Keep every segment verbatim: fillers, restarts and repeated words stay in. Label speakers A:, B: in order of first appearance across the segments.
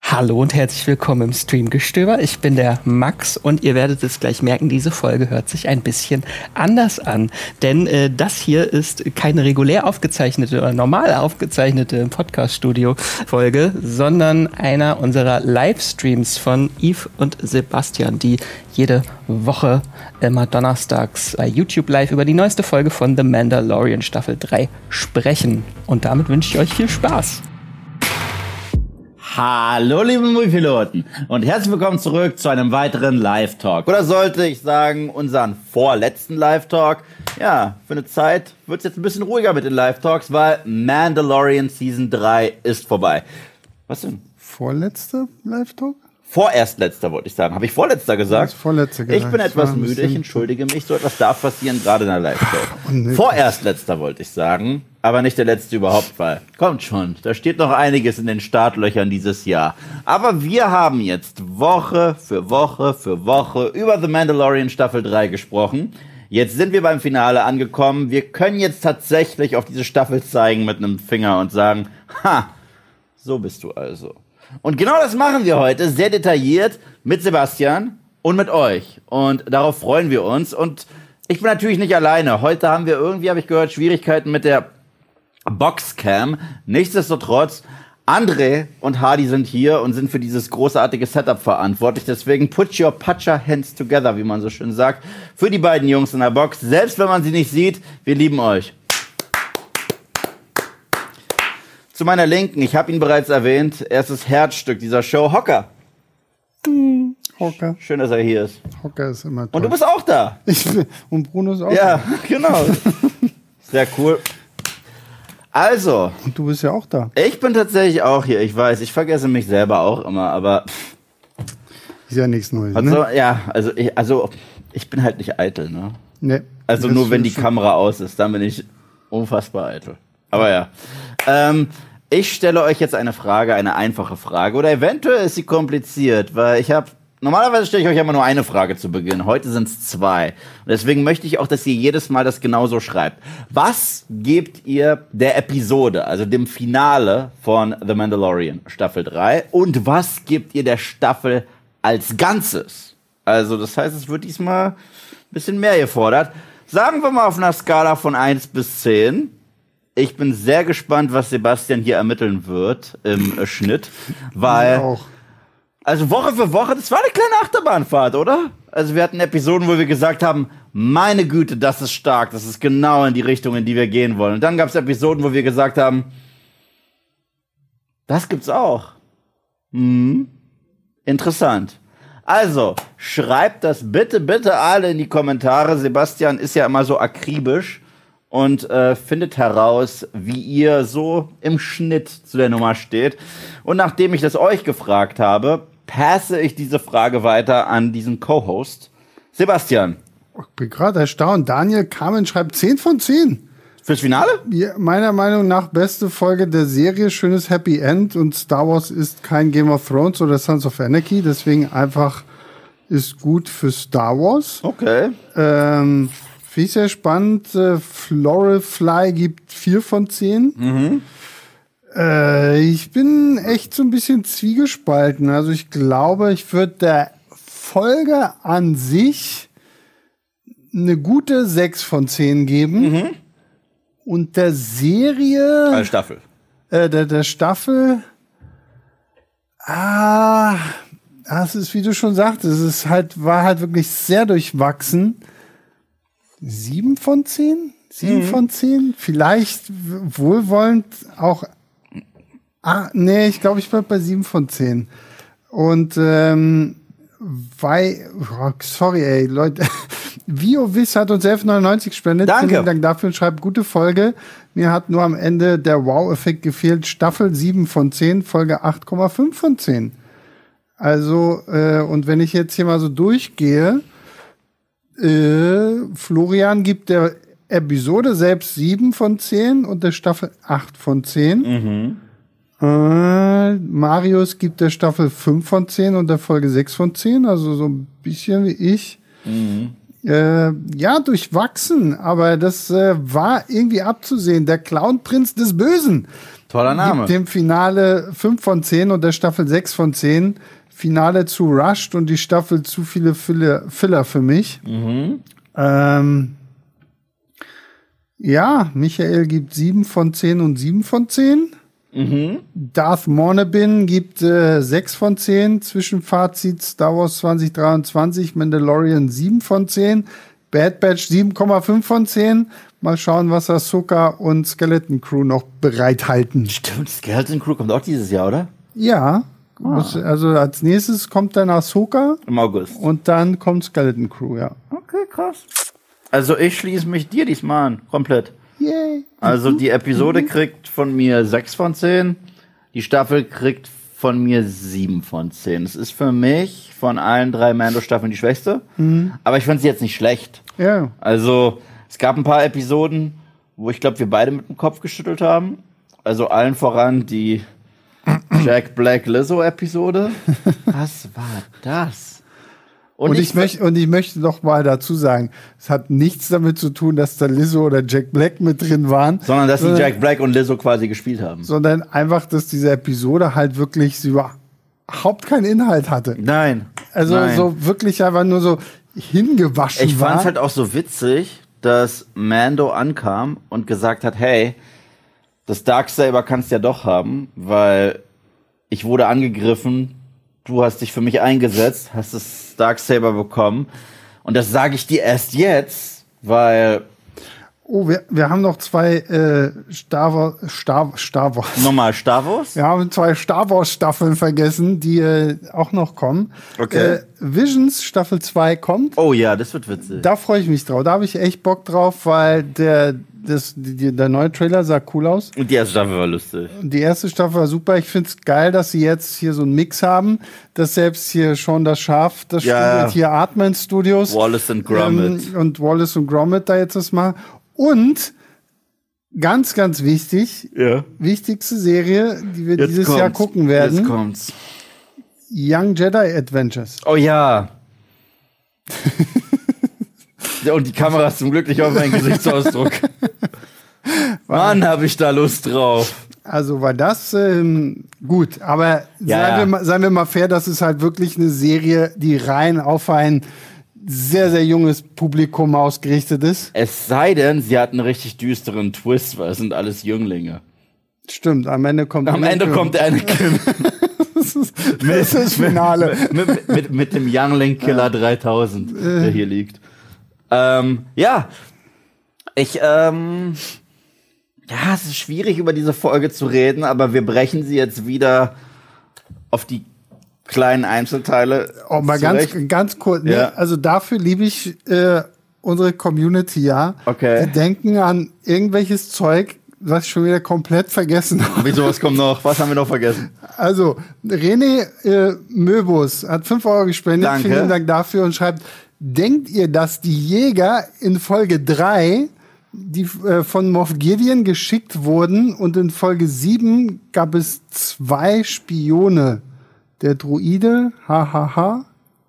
A: Hallo und herzlich willkommen im Streamgestöber. Ich bin der Max und ihr werdet es gleich merken, diese Folge hört sich ein bisschen anders an. Denn äh, das hier ist keine regulär aufgezeichnete oder normal aufgezeichnete Podcast-Studio-Folge, sondern einer unserer Livestreams von Yves und Sebastian, die jede Woche immer donnerstags bei YouTube live über die neueste Folge von The Mandalorian Staffel drei sprechen. Und damit wünsche ich euch viel Spaß.
B: Hallo liebe Moviepiloten und herzlich willkommen zurück zu einem weiteren Live-Talk. Oder sollte ich sagen, unseren vorletzten Live-Talk. Ja, für eine Zeit wird es jetzt ein bisschen ruhiger mit den Live-Talks, weil Mandalorian Season drei ist vorbei. Was denn?
C: Vorletzter Live-Talk?
B: Vorerst letzter, wollte ich sagen. Habe ich vorletzter gesagt?
C: Vorletzter gesagt.
B: Ich bin etwas müde, ich entschuldige mich. So etwas darf passieren, gerade in der Live-Talk. Vorerst letzter, wollte ich sagen. Aber nicht der letzte überhaupt, weil kommt schon, da steht noch einiges in den Startlöchern dieses Jahr. Aber wir haben jetzt Woche für Woche für Woche über The Mandalorian Staffel drei gesprochen. Jetzt sind wir beim Finale angekommen. Wir können jetzt tatsächlich auf diese Staffel zeigen mit einem Finger und sagen, ha, so bist du also. Und genau das machen wir heute, sehr detailliert, mit Sebastian und mit euch. Und darauf freuen wir uns. Und ich bin natürlich nicht alleine. Heute haben wir irgendwie, habe ich gehört, Schwierigkeiten mit der Boxcam. Nichtsdestotrotz, André und Hardy sind hier und sind für dieses großartige Setup verantwortlich. Deswegen put your Pacha hands together, wie man so schön sagt, für die beiden Jungs in der Box. Selbst wenn man sie nicht sieht, wir lieben euch. Zu meiner Linken, ich habe ihn bereits erwähnt, er ist das Herzstück dieser Show, Hocker.
C: Hm, Hocker.
B: Schön, dass er hier ist.
C: Hocker ist immer toll.
B: Und du bist auch da.
C: Ich, und Bruno ist auch
B: ja,
C: da.
B: Ja, genau. Sehr cool. Also.
C: Und du bist ja auch da.
B: Ich bin tatsächlich auch hier, ich weiß. Ich vergesse mich selber auch immer, aber.
C: Ist ja nichts Neues,
B: also,
C: ne?
B: Ja, also ich, also ich bin halt nicht eitel, ne?
C: Nee.
B: Also nur wenn die schon. Kamera aus ist, dann bin ich unfassbar eitel. Aber ja. Ähm, ich stelle euch jetzt eine Frage, eine einfache Frage. Oder eventuell ist sie kompliziert, weil ich habe. Normalerweise stelle ich euch immer nur eine Frage zu Beginn. Heute sind es zwei. Und deswegen möchte ich auch, dass ihr jedes Mal das genauso schreibt. Was gebt ihr der Episode, also dem Finale von The Mandalorian Staffel drei? Und was gebt ihr der Staffel als Ganzes? Also das heißt, es wird diesmal ein bisschen mehr gefordert. Sagen wir mal auf einer Skala von eins bis zehn. Ich bin sehr gespannt, was Sebastian hier ermitteln wird im äh, Schnitt. Weil...
C: Ich auch.
B: Also Woche für Woche, das war eine kleine Achterbahnfahrt, oder? Also wir hatten Episoden, wo wir gesagt haben, meine Güte, das ist stark, das ist genau in die Richtung, in die wir gehen wollen. Und dann gab es Episoden, wo wir gesagt haben, das gibt's auch. Hm, interessant. Also, schreibt das bitte, bitte alle in die Kommentare. Sebastian ist ja immer so akribisch und äh, findet heraus, wie ihr so im Schnitt zu der Nummer steht. Und nachdem ich das euch gefragt habe, passe ich diese Frage weiter an diesen Co-Host. Sebastian.
C: Ich bin gerade erstaunt. Daniel Kamen schreibt zehn von zehn.
B: Fürs Finale?
C: Ja, meiner Meinung nach beste Folge der Serie, schönes Happy End. Und Star Wars ist kein Game of Thrones oder Sons of Anarchy. Deswegen einfach ist gut für Star Wars.
B: Okay.
C: Ähm... Finde ich sehr spannend. Äh, Floral Fly gibt vier von zehn.
B: Mhm.
C: Äh, ich bin echt so ein bisschen zwiegespalten. Also ich glaube, ich würde der Folge an sich eine gute sechs von zehn geben.
B: Mhm.
C: Und der Serie...
B: Eine Staffel.
C: Äh, der, der Staffel... Ah, das ist, wie du schon sagtest, es ist halt, war halt wirklich sehr durchwachsen. Sieben von zehn? Sieben mhm. von zehn? Vielleicht wohlwollend auch. Ah, nee, ich glaube, ich bleib bei sieben von zehn. Und ähm, weil, oh, sorry, ey, Leute, VioWiss hat uns elf neunundneunzig gespendet.
B: Danke.
C: Vielen Dank dafür und schreibt gute Folge. Mir hat nur am Ende der Wow-Effekt gefehlt. Staffel sieben von zehn, Folge acht Komma fünf von zehn. Also, äh, und wenn ich jetzt hier mal so durchgehe, Äh, Florian gibt der Episode selbst sieben von zehn und der Staffel acht von zehn.
B: Mhm.
C: Äh, Marius gibt der Staffel fünf von zehn und der Folge sechs von zehn, also so ein bisschen wie ich.
B: Mhm.
C: Äh, ja, durchwachsen, aber das äh, war irgendwie abzusehen. Der Clownprinz des Bösen.
B: Toller Name.
C: Gibt dem Finale fünf von zehn und der Staffel sechs von zehn. Finale zu rushed und die Staffel zu viele Filler, Filler für mich.
B: Mhm.
C: Ähm, ja, Michael gibt sieben von zehn und sieben von zehn.
B: Mhm.
C: Darth Mornebin gibt äh, sechs von zehn. Zwischenfazit Star Wars zwanzig dreiundzwanzig, Mandalorian sieben von zehn. Bad Batch sieben Komma fünf von zehn. Mal schauen, was Ahsoka und Skeleton Crew noch bereithalten.
B: Stimmt, Skeleton Crew kommt auch dieses Jahr, oder?
C: Ja, ah. Also als nächstes kommt dann Ahsoka.
B: Im August.
C: Und dann kommt Skeleton Crew, ja.
B: Okay, krass. Also ich schließe mich dir diesmal an, komplett.
C: Yay.
B: Also die Episode kriegt von mir sechs von zehn. Die Staffel kriegt von mir sieben von zehn. Es ist für mich von allen drei Mando-Staffeln die schwächste. Mhm. Aber ich fand sie jetzt nicht schlecht.
C: Ja.
B: Also es gab ein paar Episoden, wo ich glaube, wir beide mit dem Kopf geschüttelt haben. Also allen voran die Jack Black Lizzo Episode. Was war das?
C: Und, und, ich, ich möchte, und ich möchte noch mal dazu sagen, es hat nichts damit zu tun, dass da Lizzo oder Jack Black mit drin waren.
B: Sondern, dass sondern, die Jack Black und Lizzo quasi gespielt haben.
C: Sondern einfach, dass diese Episode halt wirklich sie überhaupt keinen Inhalt hatte.
B: Nein.
C: Also
B: nein.
C: so wirklich einfach nur so hingewaschen
B: ich
C: war.
B: Ich fand es halt auch so witzig, dass Mando ankam und gesagt hat, hey, das Darksaber kannst du ja doch haben, weil ich wurde angegriffen, du hast dich für mich eingesetzt, hast das Darksaber bekommen. Und das sage ich dir erst jetzt, weil...
C: Oh, wir, wir haben noch zwei äh, Star Wars... Star, Star Wars.
B: Nochmal Star Wars?
C: Wir haben zwei Star Wars Staffeln vergessen, die äh, auch noch kommen.
B: Okay.
C: Äh, Visions Staffel zwei kommt.
B: Oh ja, das wird witzig.
C: Da freue ich mich drauf. Da habe ich echt Bock drauf, weil der... Das, die, der neue Trailer sah cool aus.
B: Und die erste Staffel war lustig.
C: Die erste Staffel war super. Ich finde es geil, dass sie jetzt hier so einen Mix haben, dass selbst hier schon das Schaf, das
B: ja.
C: Studio, hier Artman Studios.
B: Wallace und Gromit.
C: Ähm, und Wallace und Gromit da jetzt das machen. Und ganz, ganz wichtig,
B: ja.
C: wichtigste Serie, die wir
B: jetzt
C: dieses
B: kommt's.
C: Jahr gucken werden.
B: Jetzt kommt's.
C: Young Jedi Adventures.
B: Oh ja. Und die Kamera ist zum Glück nicht auf meinen Gesichtsausdruck. Mann, habe ich da Lust drauf.
C: Also war das ähm, gut, aber
B: ja,
C: seien,
B: ja.
C: Wir mal, seien wir mal fair, das ist halt wirklich eine Serie, die rein auf ein sehr, sehr junges Publikum ausgerichtet ist.
B: Es sei denn, sie hat einen richtig düsteren Twist, weil es sind alles Jünglinge.
C: Stimmt, am Ende kommt
B: Am Ende Kim. kommt Anakin.
C: Das ist das, ist das Finale.
B: Mit, mit, mit, mit dem Youngling Killer ja. dreitausend, der hier liegt. Ähm, ja, ich, ähm, ja, es ist schwierig, über diese Folge zu reden, aber wir brechen sie jetzt wieder auf die kleinen Einzelteile.
C: Oh, mal ganz, ganz kurz. Ne?
B: Ja.
C: Also dafür liebe ich äh, unsere Community, ja.
B: Okay.
C: Die denken an irgendwelches Zeug, was ich schon wieder komplett vergessen habe.
B: Wieso, was kommt noch? Was haben wir noch vergessen?
C: Also, René äh, Möbus hat fünf Euro gespendet.
B: Danke.
C: Vielen Dank dafür und schreibt, denkt ihr, dass die Jäger in Folge drei, die äh, von Moff Gideon geschickt wurden, und in Folge sieben gab es zwei Spione? Der Druide, hahaha.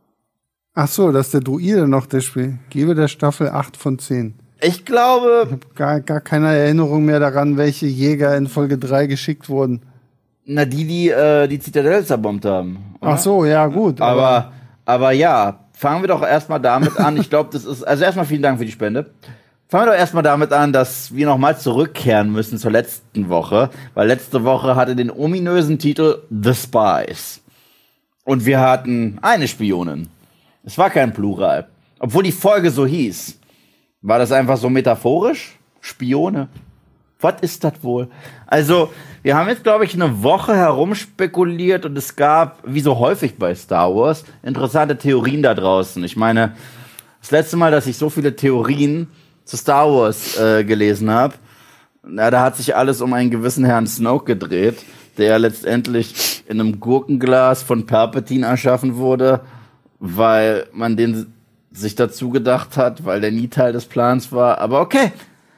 C: Ach so, das ist der Druide noch, der Spiel. Gebe der Staffel acht von zehn.
B: Ich glaube...
C: Ich habe gar, gar keine Erinnerung mehr daran, welche Jäger in Folge drei geschickt wurden.
B: Na, die, die äh, die Zitadelle zerbombt haben. Oder?
C: Ach so, ja, gut.
B: Aber, aber, aber ja, fangen wir doch erstmal damit an. Ich glaube, das ist... Also erstmal vielen Dank für die Spende. Fangen wir doch erstmal damit an, dass wir nochmal zurückkehren müssen zur letzten Woche. Weil letzte Woche hatte den ominösen Titel The Spies. Und wir hatten eine Spionin. Es war kein Plural. Obwohl die Folge so hieß. War das einfach so metaphorisch? Spione? Was ist das wohl? Also, wir haben jetzt, glaube ich, eine Woche herumspekuliert und es gab, wie so häufig bei Star Wars, interessante Theorien da draußen. Ich meine, das letzte Mal, dass ich so viele Theorien zu Star Wars äh, gelesen habe, na, da hat sich alles um einen gewissen Herrn Snoke gedreht, der letztendlich in einem Gurkenglas von Palpatine erschaffen wurde, weil man den sich dazu gedacht hat, weil der nie Teil des Plans war. Aber okay.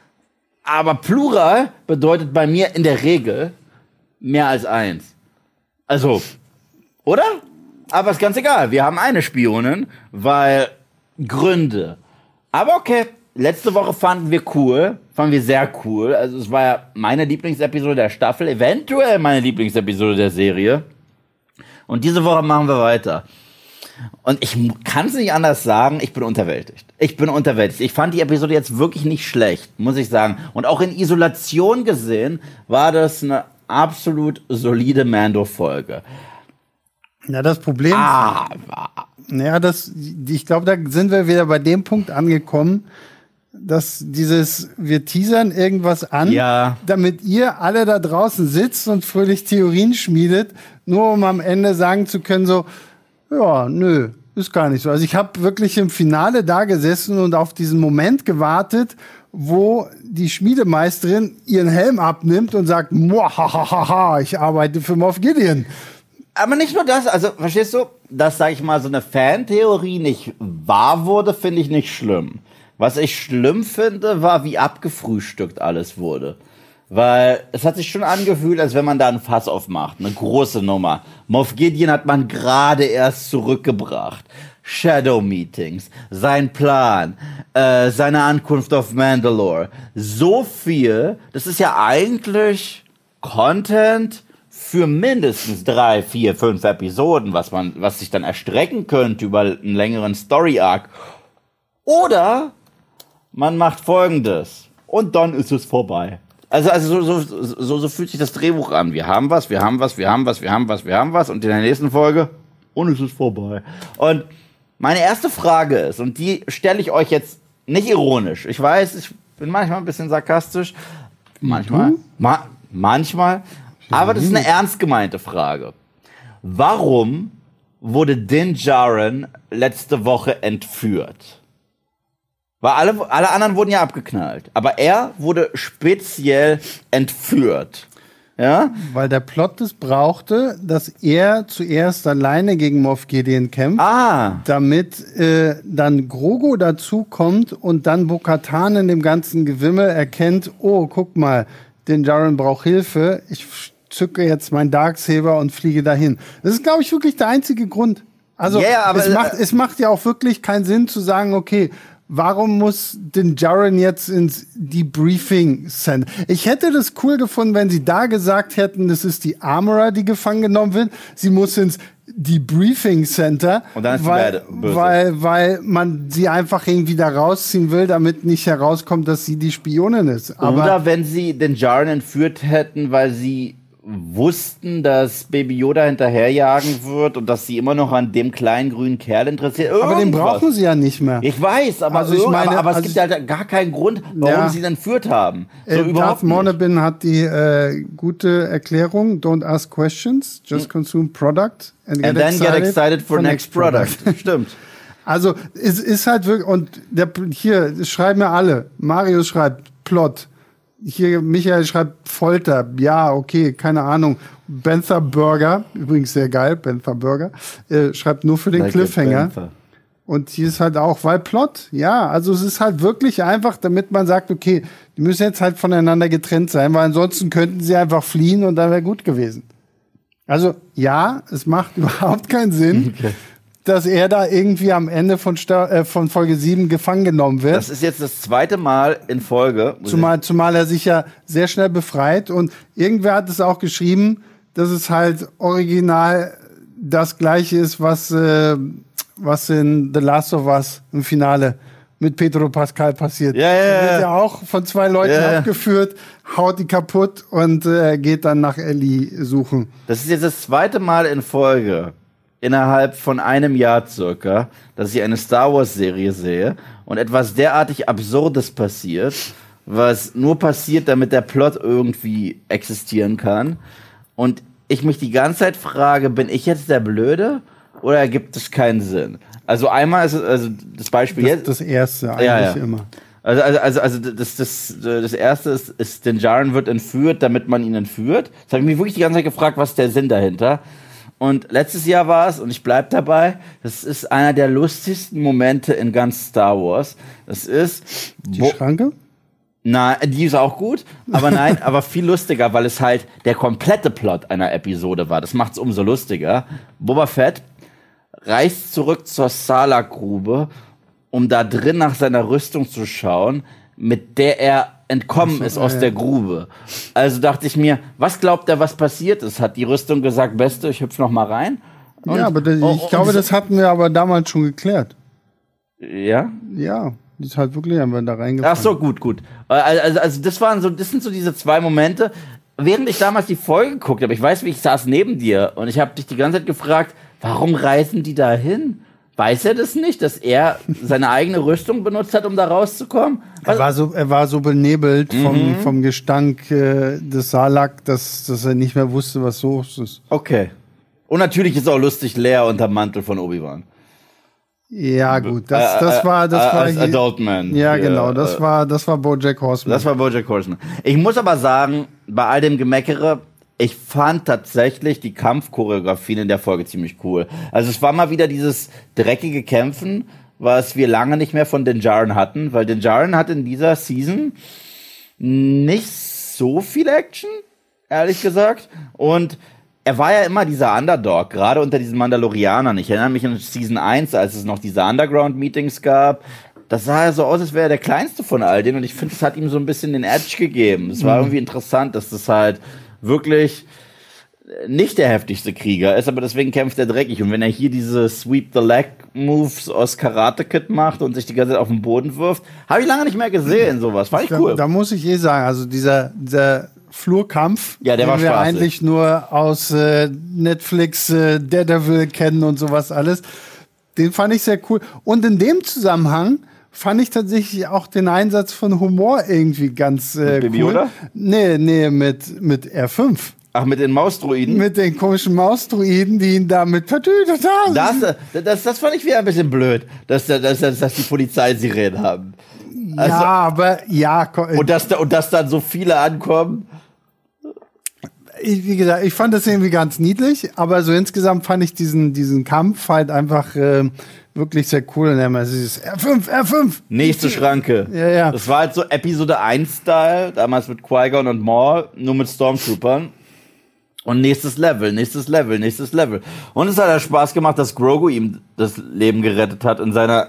B: Aber Plural bedeutet bei mir in der Regel mehr als eins. Also, oder? Aber ist ganz egal. Wir haben eine Spionin, weil Gründe. Aber okay. letzte Woche fanden wir cool, fanden wir sehr cool. Also es war ja meine Lieblingsepisode der Staffel, eventuell meine Lieblingsepisode der Serie. Und diese Woche machen wir weiter. Und ich kann es nicht anders sagen, ich bin unterwältigt. Ich bin unterwältigt. Ich fand die Episode jetzt wirklich nicht schlecht, muss ich sagen. Und auch in Isolation gesehen war das eine absolut solide Mando-Folge.
C: Ja, das Problem...
B: Ah,
C: ja, das, ich glaube, da sind wir wieder bei dem Punkt angekommen, dass dieses, wir teasern irgendwas an,
B: ja.
C: damit ihr alle da draußen sitzt und fröhlich Theorien schmiedet, nur um am Ende sagen zu können, so, ja, nö, ist gar nicht so. Also ich habe wirklich im Finale da gesessen und auf diesen Moment gewartet, wo die Schmiedemeisterin ihren Helm abnimmt und sagt, muahahaha, ich arbeite für Moff Gideon.
B: Aber nicht nur das, also verstehst du, dass, sag ich mal, so eine Fantheorie nicht wahr wurde, finde ich nicht schlimm. Was ich schlimm finde, war, wie abgefrühstückt alles wurde. Weil es hat sich schon angefühlt, als wenn man da ein Fass aufmacht. Eine große Nummer. Moff Gideon hat man gerade erst zurückgebracht. Shadow-Meetings, sein Plan, äh, seine Ankunft auf Mandalore. So viel, das ist ja eigentlich Content für mindestens drei, vier, fünf Episoden, was man, was sich dann erstrecken könnte über einen längeren Story-Arc. Oder man macht Folgendes und dann ist es vorbei. Also, also so, so, so, so fühlt sich das Drehbuch an. Wir haben was, wir haben was, wir haben was, wir haben was, wir haben was und in der nächsten Folge und es ist vorbei. Und meine erste Frage ist, und die stelle ich euch jetzt nicht ironisch. Ich weiß, ich bin manchmal ein bisschen sarkastisch. Manchmal. Ma- manchmal. Aber das ist eine ernst gemeinte Frage. Warum wurde Din Djarin letzte Woche entführt? Weil alle, alle anderen wurden ja abgeknallt. Aber er wurde speziell entführt. Ja?
C: Weil der Plot es brauchte, dass er zuerst alleine gegen Moff Gideon kämpft,
B: ah.
C: damit äh, dann Grogu dazukommt und dann Bo-Katan in dem ganzen Gewimmel erkennt, oh, guck mal, Din Djarin braucht Hilfe, ich zücke jetzt meinen Darksaber und fliege dahin. Das ist, glaube ich, wirklich der einzige Grund. Also
B: yeah, aber,
C: es, macht, es macht ja auch wirklich keinen Sinn zu sagen, okay, warum muss Din Djarin jetzt ins Debriefing Center? Ich hätte das cool gefunden, wenn sie da gesagt hätten, das ist die Armorer, die gefangen genommen wird. Sie muss ins Debriefing Center,
B: und dann ist
C: weil,
B: sie böse.
C: weil, weil man sie einfach irgendwie da rausziehen will, damit nicht herauskommt, dass sie die Spionin ist. Aber
B: oder wenn sie Din Djarin entführt hätten, weil sie wussten, dass Baby Yoda hinterherjagen wird und dass sie immer noch an dem kleinen grünen Kerl interessiert. Irgendwas.
C: Aber den brauchen sie ja nicht mehr.
B: Ich weiß, aber,
C: also ich meine,
B: aber, aber es
C: also
B: gibt halt gar keinen Grund, warum
C: ja,
B: sie ihn entführt haben. So
C: äh,
B: überhaupt
C: Darth Mornabin hat die äh, gute Erklärung, don't ask questions, just consume product and get,
B: and then
C: excited,
B: get excited for, for next, next product. product. Stimmt.
C: Also es ist halt wirklich, und der, hier schreiben ja alle, Marius schreibt Plot, hier Michael schreibt Folter, ja, okay, keine Ahnung. Banther Burger, übrigens sehr geil, Banther Burger, äh, schreibt nur für den like Cliffhanger. Und hier ist halt auch, weil Plot, ja, also es ist halt wirklich einfach, damit man sagt, okay, die müssen jetzt halt voneinander getrennt sein, weil ansonsten könnten sie einfach fliehen und dann wäre gut gewesen. Also ja, es macht überhaupt keinen Sinn, okay, dass er da irgendwie am Ende von, Sta- äh, von Folge sieben gefangen genommen wird.
B: Das ist jetzt das zweite Mal in Folge.
C: Zumal, zumal er sich ja sehr schnell befreit. Und irgendwer hat es auch geschrieben, dass es halt original das Gleiche ist, was, äh, was in The Last of Us im Finale mit Pedro Pascal passiert.
B: Ja, ja, ja.
C: Er wird ja auch von zwei Leuten
B: ja, ja.
C: abgeführt, haut die kaputt und äh, geht dann nach Ellie suchen.
B: Das ist jetzt das zweite Mal in Folge, innerhalb von einem Jahr circa, dass ich eine Star Wars Serie sehe und etwas derartig Absurdes passiert, was nur passiert, damit der Plot irgendwie existieren kann. Und ich mich die ganze Zeit frage, bin ich jetzt der Blöde oder ergibt es keinen Sinn? Also einmal ist es, also das Beispiel
C: das,
B: jetzt.
C: Das erste eigentlich
B: ja, ja.
C: immer.
B: Also, also, also, also das, das, das erste ist, ist, Din Djarin wird entführt, damit man ihn entführt. Das habe ich mich wirklich die ganze Zeit gefragt, was ist der Sinn dahinter? Und letztes Jahr war es, und ich bleib dabei, das ist einer der lustigsten Momente in ganz Star Wars. Das ist...
C: Die Bo- Schranke?
B: Na, die ist auch gut, aber nein, aber viel lustiger, weil es halt der komplette Plot einer Episode war. Das macht's umso lustiger. Boba Fett reist zurück zur Sarlacc-Grube um da drin nach seiner Rüstung zu schauen, mit der er entkommen so, ist aus ja. der Grube. Also dachte ich mir, was glaubt er, was passiert ist? Hat die Rüstung gesagt, Beste, ich hüpf noch mal rein?
C: Und, ja, aber das, ich oh, glaube, das hatten wir aber damals schon geklärt.
B: Ja?
C: Ja, die ist halt wirklich, haben wir da reingefallen.
B: Ach so, gut, gut. Also, also das waren so, das sind so diese zwei Momente, während ich damals die Folge geguckt habe, ich weiß, wie ich saß neben dir und ich habe dich die ganze Zeit gefragt, warum reisen die da hin? Weiß er das nicht, dass er seine eigene Rüstung benutzt hat, um da rauszukommen?
C: Er war so, er war so benebelt mhm. vom, vom Gestank äh, des Salak, dass, dass er nicht mehr wusste, was los ist.
B: Okay. Und natürlich ist auch lustig Leia unter Mantel von Obi-Wan.
C: Ja, gut, das, das war, das war
B: als Adult Man.
C: Ja, genau, das war, das war BoJack Horseman.
B: Das war BoJack Horseman. Ich muss aber sagen, bei all dem Gemeckere, ich fand tatsächlich die Kampfchoreografien in der Folge ziemlich cool. Also es war mal wieder dieses dreckige Kämpfen, was wir lange nicht mehr von Din Djarin hatten, weil Din Djarin hat in dieser Season nicht so viel Action, ehrlich gesagt. Und er war ja immer dieser Underdog, gerade unter diesen Mandalorianern. Ich erinnere mich an Season eins, als es noch diese Underground-Meetings gab. Das sah ja so aus, als wäre er der Kleinste von all denen. Und ich finde, es hat ihm so ein bisschen den Edge gegeben. Es war mhm. irgendwie interessant, dass das halt wirklich nicht der heftigste Krieger ist, aber deswegen kämpft er dreckig. Und wenn er hier diese Sweep-the-Leg-Moves aus Karate Kid macht und sich die ganze Zeit auf den Boden wirft, habe ich lange nicht mehr gesehen, sowas. Fand ich cool.
C: Da, da muss ich eh sagen, also dieser, dieser Flurkampf,
B: ja, der
C: den
B: war
C: wir
B: spaßig.
C: eigentlich nur aus äh, Netflix, äh, Daredevil kennen und sowas alles, den fand ich sehr cool. Und in dem Zusammenhang fand ich tatsächlich auch den Einsatz von Humor irgendwie ganz äh,
B: mit Baby,
C: cool.
B: Oder?
C: Nee, nee, mit, mit R fünf.
B: Ach, mit den Mausdruiden?
C: Mit den komischen Mausdruiden, die ihn damit vertütet haben.
B: Das, das, das fand ich wieder ein bisschen blöd, dass, dass, dass, dass die Polizeisirenen haben.
C: Also, ja, aber ja.
B: Und dass, da, und dass dann so viele ankommen.
C: Ich, wie gesagt, ich fand das irgendwie ganz niedlich, aber so insgesamt fand ich diesen, diesen Kampf halt einfach äh, wirklich sehr cool. Und dann dieses R fünf, R fünf.
B: Nächste Schranke.
C: Ja, ja.
B: Das war halt so Episode eins-Style, damals mit Qui-Gon und Maul, nur mit Stormtroopern. Und nächstes Level, nächstes Level, nächstes Level. Und es hat ja Spaß gemacht, dass Grogu ihm das Leben gerettet hat in seiner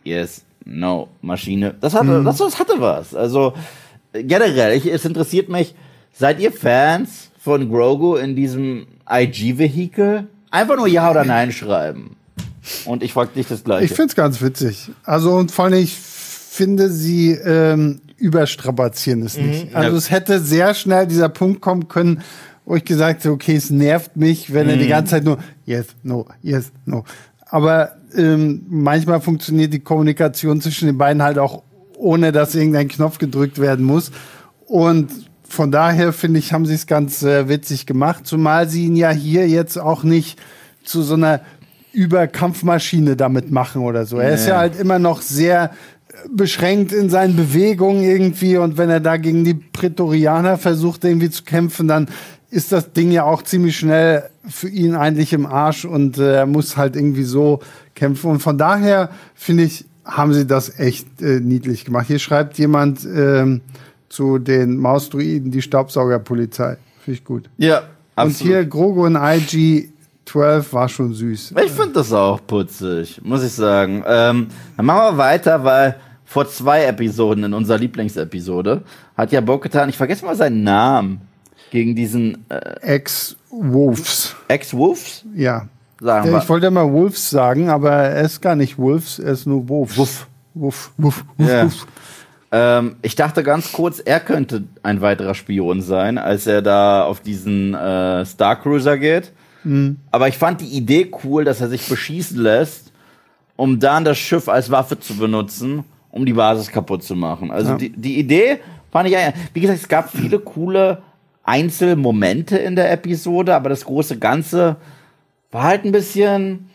B: Yes-No-Maschine. Das hatte, mhm. das, das hatte was. Also generell, ich, es interessiert mich, seid ihr Fans von Grogu in diesem I G-Vehikel? Einfach nur Ja oder Nein schreiben. Und ich frage dich das Gleiche.
C: Ich find's ganz witzig. Also und vor allem, ich finde, sie ähm, überstrapazieren es mhm. nicht. Also ja. Es hätte sehr schnell dieser Punkt kommen können, wo ich gesagt habe, okay, es nervt mich, wenn mm. er die ganze Zeit nur yes, no, yes, no. Aber ähm, manchmal funktioniert die Kommunikation zwischen den beiden halt auch, ohne dass irgendein Knopf gedrückt werden muss. Und von daher, finde ich, haben sie es ganz äh, witzig gemacht. Zumal sie ihn ja hier jetzt auch nicht zu so einer Überkampfmaschine damit machen oder so. Er nee. ist ja halt immer noch sehr beschränkt in seinen Bewegungen irgendwie. Und wenn er da gegen die Prätorianer versucht, irgendwie zu kämpfen, dann ist das Ding ja auch ziemlich schnell für ihn eigentlich im Arsch und äh, er muss halt irgendwie so kämpfen. Und von daher, finde ich, haben sie das echt äh, niedlich gemacht. Hier schreibt jemand ähm, zu den Mausdruiden die Staubsaugerpolizei. Finde ich gut.
B: Ja, absolut.
C: Und hier Grogu in I G zwölf war schon süß.
B: Ich finde das auch putzig, muss ich sagen. Ähm, dann machen wir weiter, weil vor zwei Episoden in unserer Lieblingsepisode hat ja Bo-Katan, ich vergesse mal seinen Namen, gegen diesen äh,
C: Ex-Wolves.
B: Ex-Wolves?
C: Ja.
B: Sagen
C: Der,
B: wir.
C: ich wollte immer Wolves sagen, aber er ist gar nicht Wolves, er ist nur Wolves.
B: Wuff.
C: Wuff, wuff, wuff,
B: Ja.
C: wuff.
B: Ähm, ich dachte ganz kurz, er könnte ein weiterer Spion sein, als er da auf diesen äh, Star Cruiser geht. Mhm. Aber ich fand die Idee cool, dass er sich beschießen lässt, um dann das Schiff als Waffe zu benutzen, um die Basis kaputt zu machen. Also ja. die, die Idee fand ich, wie gesagt, es gab viele coole Einzelmomente in der Episode, aber das große Ganze war halt ein bisschen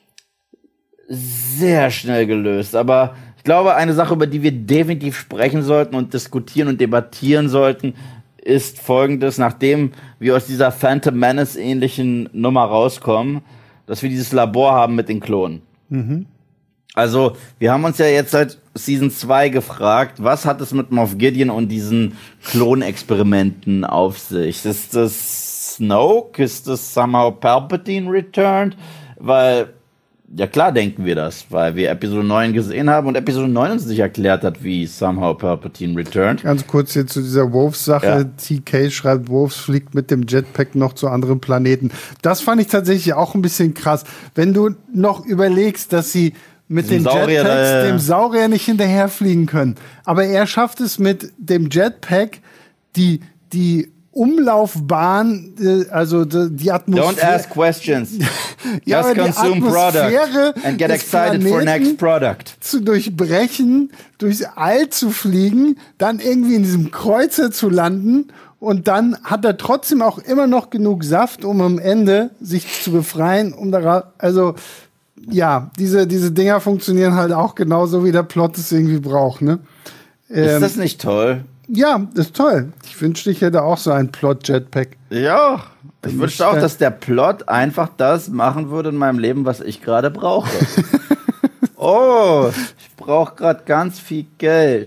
B: sehr schnell gelöst. Aber ich glaube, eine Sache, über die wir definitiv sprechen sollten und diskutieren und debattieren sollten, ist Folgendes: Nachdem wir aus dieser Phantom Menace-ähnlichen Nummer rauskommen, dass wir dieses Labor haben mit den Klonen. Mhm. Also, wir haben uns ja jetzt seit Season zwei gefragt, was hat es mit Moff Gideon und diesen Klonexperimenten auf sich? Ist das Snoke? Ist das somehow Palpatine returned? Weil ja klar denken wir das, weil wir Episode neun gesehen haben und Episode neun uns nicht erklärt hat, wie somehow Palpatine returned.
C: Ganz kurz hier zu dieser Wolves-Sache. Ja. T K schreibt, Wolves fliegt mit dem Jetpack noch zu anderen Planeten. Das fand ich tatsächlich auch ein bisschen krass. Wenn du noch überlegst, dass sie mit den Saurier, Jetpacks äh, dem Saurier nicht hinterherfliegen können. Aber er schafft es mit dem Jetpack, die, die Umlaufbahn, äh, also die, die Atmosphäre.
B: Don't ask questions.
C: Ja,
B: just consume product and get excited for next product.
C: Zu durchbrechen, durchs All zu fliegen, dann irgendwie in diesem Kreuzer zu landen und dann hat er trotzdem auch immer noch genug Saft, um am Ende sich zu befreien, um da, also ja, diese, diese Dinger funktionieren halt auch genauso, wie der Plot es irgendwie braucht, ne? Ähm,
B: ist das nicht toll?
C: Ja, das ist toll. Ich wünschte, ich hätte auch so einen Plot-Jetpack.
B: Ja, ich wünschte auch, dass der Plot einfach das machen würde in meinem Leben, was ich gerade brauche. Oh, ich brauche gerade ganz viel Geld.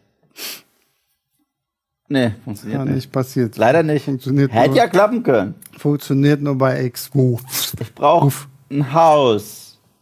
B: Nee, funktioniert
C: ja,
B: nicht.
C: nicht passiert.
B: Leider nicht.
C: Funktioniert
B: Hätte
C: nur,
B: ja klappen können.
C: Funktioniert nur bei X.
B: Ich brauche ein Haus.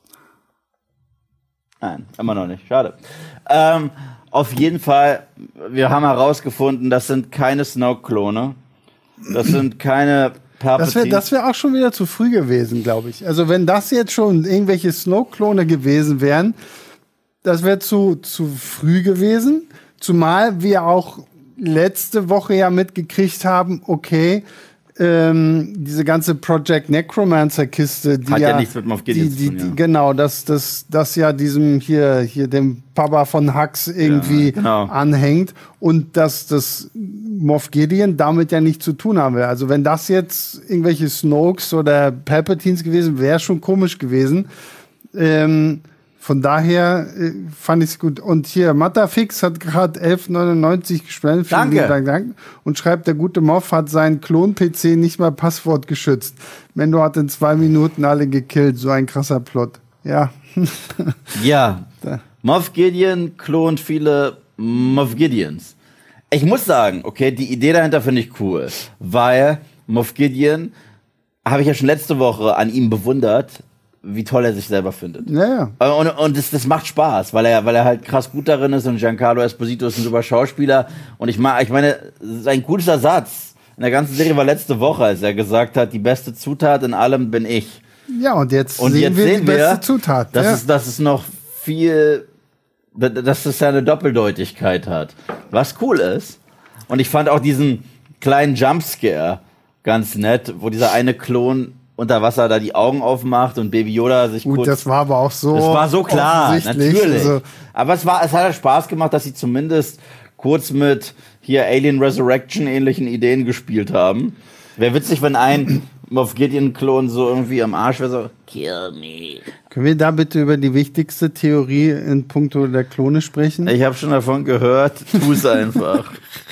B: Nein, immer noch nicht. Schade. Ähm, auf jeden Fall, wir haben herausgefunden, das sind keine Snoke-Klone. Das sind keine Palpatine.
C: Das wäre das wär auch schon wieder zu früh gewesen, glaube ich. Also wenn das jetzt schon irgendwelche Snoke-Klone gewesen wären, das wäre zu, zu früh gewesen. Zumal wir auch letzte Woche ja mitgekriegt haben, okay, Ähm, diese ganze Project Necromancer-Kiste, die
B: hat ja,
C: ja
B: nichts mit Moff Gideon
C: die,
B: zu tun,
C: die,
B: ja.
C: Genau, dass das, das ja diesem hier, hier dem Papa von Hux irgendwie
B: ja, genau.
C: anhängt und dass das Moff Gideon damit ja nichts zu tun haben will. Also wenn das jetzt irgendwelche Snokes oder Palpatines gewesen wäre, schon komisch gewesen. Ähm, Von daher äh, fand ich es gut. Und hier, Matafix hat gerade elf neunundneunzig gespendet.
B: Danke.
C: Dank, Dank. Und schreibt, der gute Moff hat seinen Klon-P C nicht mal Passwort geschützt. Mendo hat in zwei Minuten alle gekillt. So ein krasser Plot. Ja.
B: Ja. Moff Gideon klont viele Moff Gideons. Ich muss sagen, okay, die Idee dahinter finde ich cool. Weil Moff Gideon habe ich ja schon letzte Woche an ihm bewundert, wie toll er sich selber findet.
C: Ja, ja.
B: Und, und das, das macht Spaß, weil er, weil er halt krass gut darin ist und Giancarlo Esposito ist ein super Schauspieler. Und ich, mag, ich meine, sein coolster Satz in der ganzen Serie war letzte Woche, als er gesagt hat, die beste Zutat in allem bin ich.
C: Ja, und jetzt
B: und
C: sehen
B: jetzt
C: wir
B: sehen
C: die
B: wir,
C: beste Zutat.
B: Dass,
C: ja.
B: es, dass es noch viel, dass es ja eine Doppeldeutigkeit hat. Was cool ist. Und ich fand auch diesen kleinen Jumpscare ganz nett, wo dieser eine Klon unter Wasser da die Augen aufmacht und Baby Yoda sich
C: Gut,
B: kurz...
C: das war aber auch so
B: Das war so klar, natürlich.
C: Also,
B: aber es, war, es hat Spaß gemacht, dass sie zumindest kurz mit hier Alien Resurrection ähnlichen Ideen gespielt haben. Wäre witzig, wenn ein Moff Gideon-Klon so irgendwie am Arsch wäre, so Kill me.
C: Können wir da bitte über die wichtigste Theorie in puncto der Klone sprechen?
B: Ich habe schon davon gehört, tu es einfach.